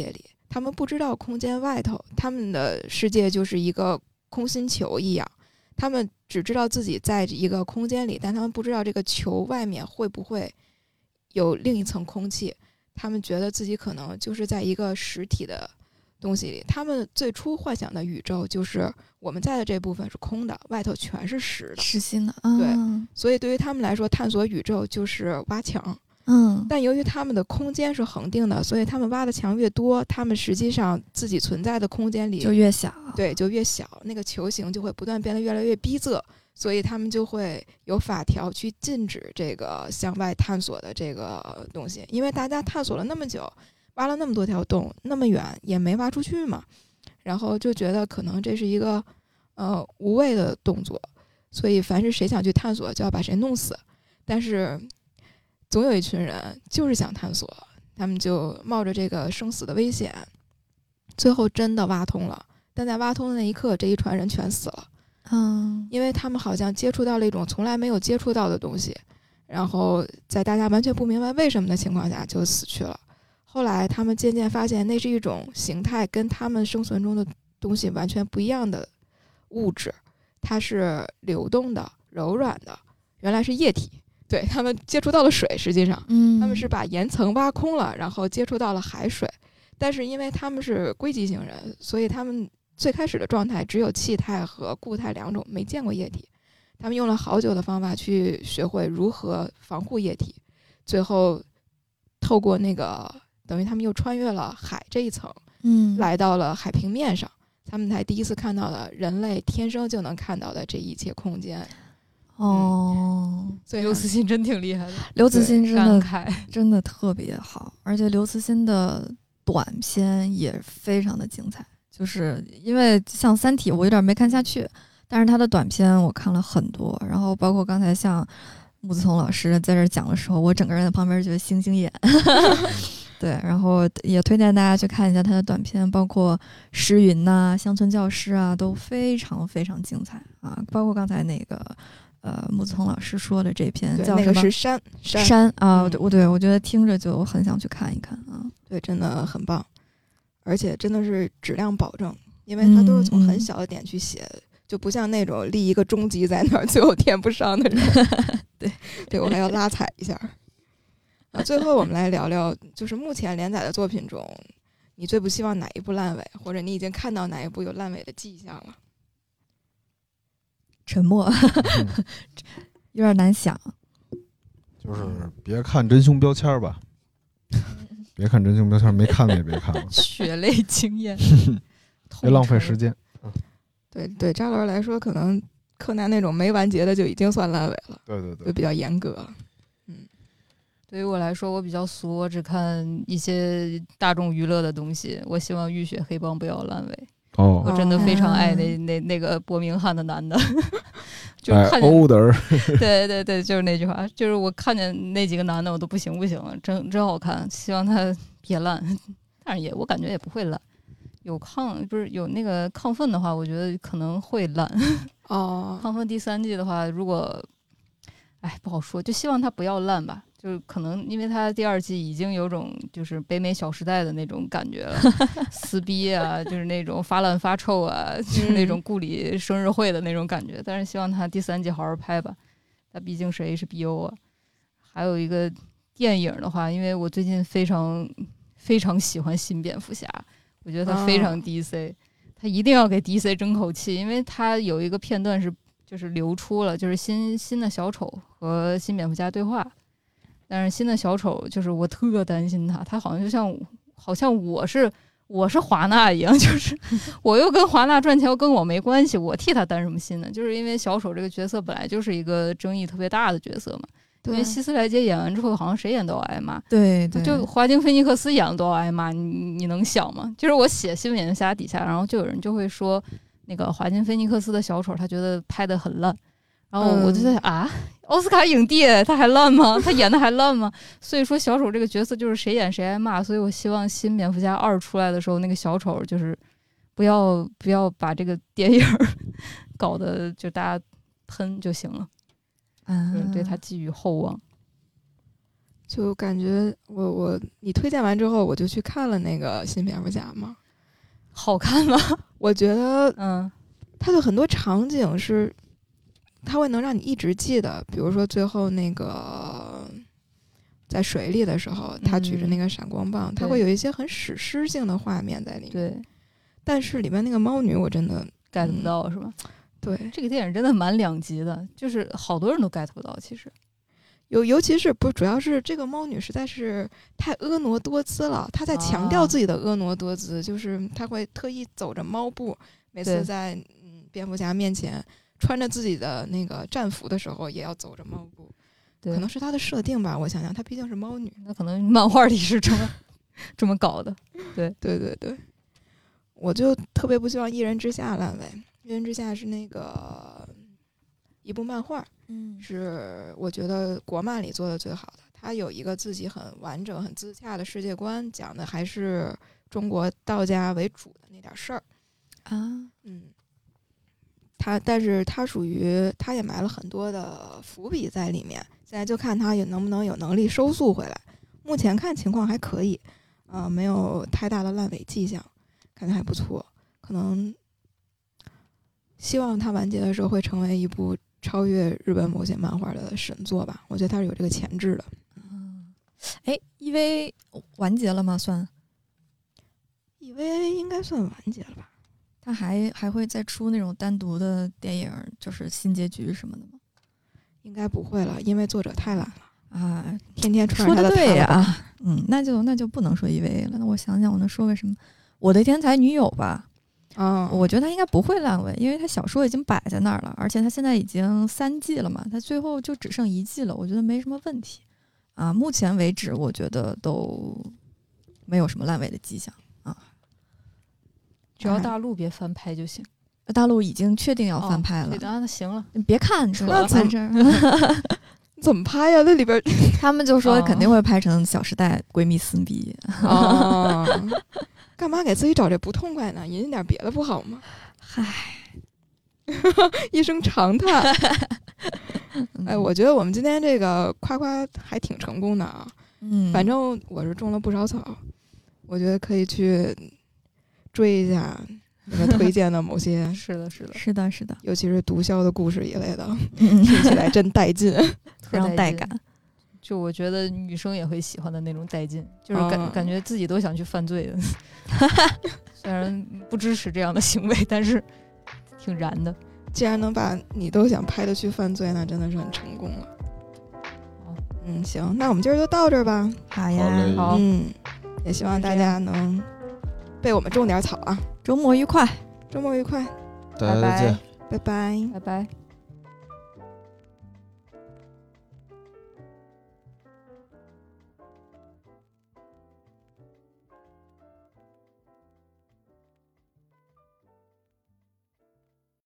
他们不知道空间外头，他们的世界就是一个空心球一样，他们只知道自己在一个空间里，但他们不知道这个球外面会不会有另一层空气。他们觉得自己可能就是在一个实体的东西里，他们最初幻想的宇宙就是我们在的这部分是空的，外头全是实的， 实心的， 对，所以对于他们来说，探索宇宙就是挖墙。但由于他们的空间是恒定的，所以他们挖的墙越多，他们实际上自己存在的空间里就越小， 对，就越小，那个球形就会不断变得越来越逼仄，所以他们就会有法条去禁止这个向外探索的这个东西，因为大家探索了那么久，挖了那么多条洞，那么远也没挖出去嘛，然后就觉得可能这是一个无谓的动作，所以凡是谁想去探索，就要把谁弄死。但是总有一群人就是想探索，他们就冒着这个生死的危险，最后真的挖通了。但在挖通的那一刻，这一船人全死了。因为他们好像接触到了一种从来没有接触到的东西，然后在大家完全不明白为什么的情况下就死去了。后来他们渐渐发现，那是一种形态跟他们生存中的东西完全不一样的物质，它是流动的、柔软的，原来是液体。对，他们接触到了水，实际上他们是把岩层挖空了，然后接触到了海水。但是因为他们是硅基型人，所以他们最开始的状态只有气态和固态两种，没见过液体。他们用了好久的方法去学会如何防护液体，最后透过那个等于他们又穿越了海这一层，来到了海平面上，他们才第一次看到了人类天生就能看到的这一切空间。 所以刘慈欣真挺厉害的， 刘慈欣真的特别好，而且刘慈欣的短片也非常的精彩。就是因为像《三体》，我有点没看下去，但是他的短片我看了很多，然后包括刚才像穆子聪老师在这讲的时候，我整个人在旁边觉得星星眼。对，然后也推荐大家去看一下他的短片，包括《诗云》呐、《乡村教师》啊，都非常非常精彩啊。包括刚才那个穆子聪老师说的这篇叫什么？ 那个是山啊，对，我觉得听着就很想去看一看啊。 对，真的很棒，而且真的是质量保证，因为他都是从很小的点去写，就不像那种立一个终极在那儿最后填不上的人。对，我还要拉踩一下。最后我们来聊聊，就是目前连载的作品中，你最不希望哪一部烂尾，或者你已经看到哪一部有烂尾的迹象了？ 沉默，有点难想。 就是别看真凶标签吧，别看真凶标签，没看的也别看了。 血泪经验， 别浪费时间。 对，扎轮来说，可能柯南那种没完结的就已经算烂尾了。 对， 就比较严格。 对于我来说，我比较俗，我只看一些大众娱乐的东西。我希望浴血黑帮不要烂尾。我真的非常爱那个伯明翰的男的，就是看见对，就是那句话，就是我看见那几个男的我都不行了，真好看，希望他别烂，但是我感觉也不会烂。有那个亢奋的话，我觉得可能会烂。亢奋第3季的话，如果不好说，就希望他不要烂吧。就是可能因为他第2季已经有种就是北美小时代的那种感觉了，撕逼啊，就是那种发烂发臭啊，就是那种顾里生日会的那种感觉。但是希望他第3季好好拍吧，他毕竟是 HBO 啊。还有一个电影的话，因为我最近非常非常喜欢新蝙蝠侠，我觉得他非常 DC，他一定要给 DC 争口气，因为他有一个片段就是流出了，就是新的小丑和新蝙蝠侠对话。但是新的小丑就是我特担心他好像我是华纳一样，就是我又跟华纳赚钱，又跟我没关系，我替他担什么心呢？就是因为小丑这个角色本来就是一个争议特别大的角色嘛。因为希斯莱杰演完之后，好像谁演都要挨骂。 对， 就华金菲尼克斯演的都要挨骂，你能想吗？就是我写新蝙蝠侠底下，然后就有人就会说，那个华金菲尼克斯的小丑，他觉得拍得很烂。然后我就在想奥斯卡影帝他还烂吗？他演的还烂吗？所以说小丑这个角色就是谁演谁挨骂，所以我希望新蝙蝠侠2出来的时候，那个小丑就是不要把这个电影搞得就大家喷就行了，对他寄予厚望。 就感觉你推荐完之后，我就去看了那个新蝙蝠侠嘛。 好看吗？ 我觉得，它的很多场景是，它会能让你一直记得。比如说最后那个在水里的时候，他举着那个闪光棒，它会有一些很史诗性的画面在里面。 对， 但是里面那个猫女，我真的 get 不到，是吧？ 对， 这个电影真的蛮两极的，就是好多人都 get 不到，其实。 尤其是主要是这个猫女实在是太婀娜多姿了，她在强调自己的婀娜多姿，就是她会特意走着猫步，每次在蝙蝠侠面前穿着自己的那个战服的时候也要走着猫步，可能是她的设定吧，我想想，她毕竟是猫女， 那可能漫画里是这么搞的。对， 我就特别不希望一人之下烂尾。一人之下是那个一部漫画，是我觉得国漫里做的最好的。它有一个自己很完整、很自洽的世界观，讲的还是中国道家为主的那点事儿啊。 但是它属于它也埋了很多的伏笔在里面，现在就看它能不能有能力收束回来。目前看情况还可以，没有太大的烂尾迹象，感觉还不错。可能希望它完结的时候会成为一部超越日本某些漫画的神作吧，我觉得它是有这个潜质的。 EVA 完结了吗？算 EVA 应该算完结了吧？ 它还会再出那种单独的电影，就是新结局什么的吗？ 应该不会了，因为作者太懒了啊， 天天穿着他的对呀。那就不能说 EVA 了。那我想想，我能说个什么？我的天才女友吧。我觉得他应该不会烂尾，因为他小说已经摆在那儿了，而且他现在已经3季了嘛，他最后就只剩1季了，我觉得没什么问题啊。目前为止，我觉得都没有什么烂尾的迹象啊。 只要大陆别翻拍就行。 大陆已经确定要翻拍了。 对的，那行了， 你别看那翻这儿怎么拍呀？那里边他们就说肯定会拍成《小时代》闺蜜撕逼。 干嘛给自己找这不痛快呢？引点别的不好吗？ 嗨， 一声长叹。我觉得我们今天这个夸还挺成功的啊。反正我是种了不少草，我觉得可以去追一下那个推荐的某些。 是的， 尤其是毒枭的故事一类的，听起来真带劲， 非常带感。 就我觉得女生也会喜欢的那种带劲，就是感觉自己都想去犯罪的。虽然不支持这样的行为，但是挺燃的。 既然能把你都想拍的去犯罪，那真的是很成功了。行，那我们今儿就到这儿吧。 好呀， 好， 也希望大家能被我们种点草啊。 周末愉快， 周末愉快， 大家再见， 拜拜， 拜拜。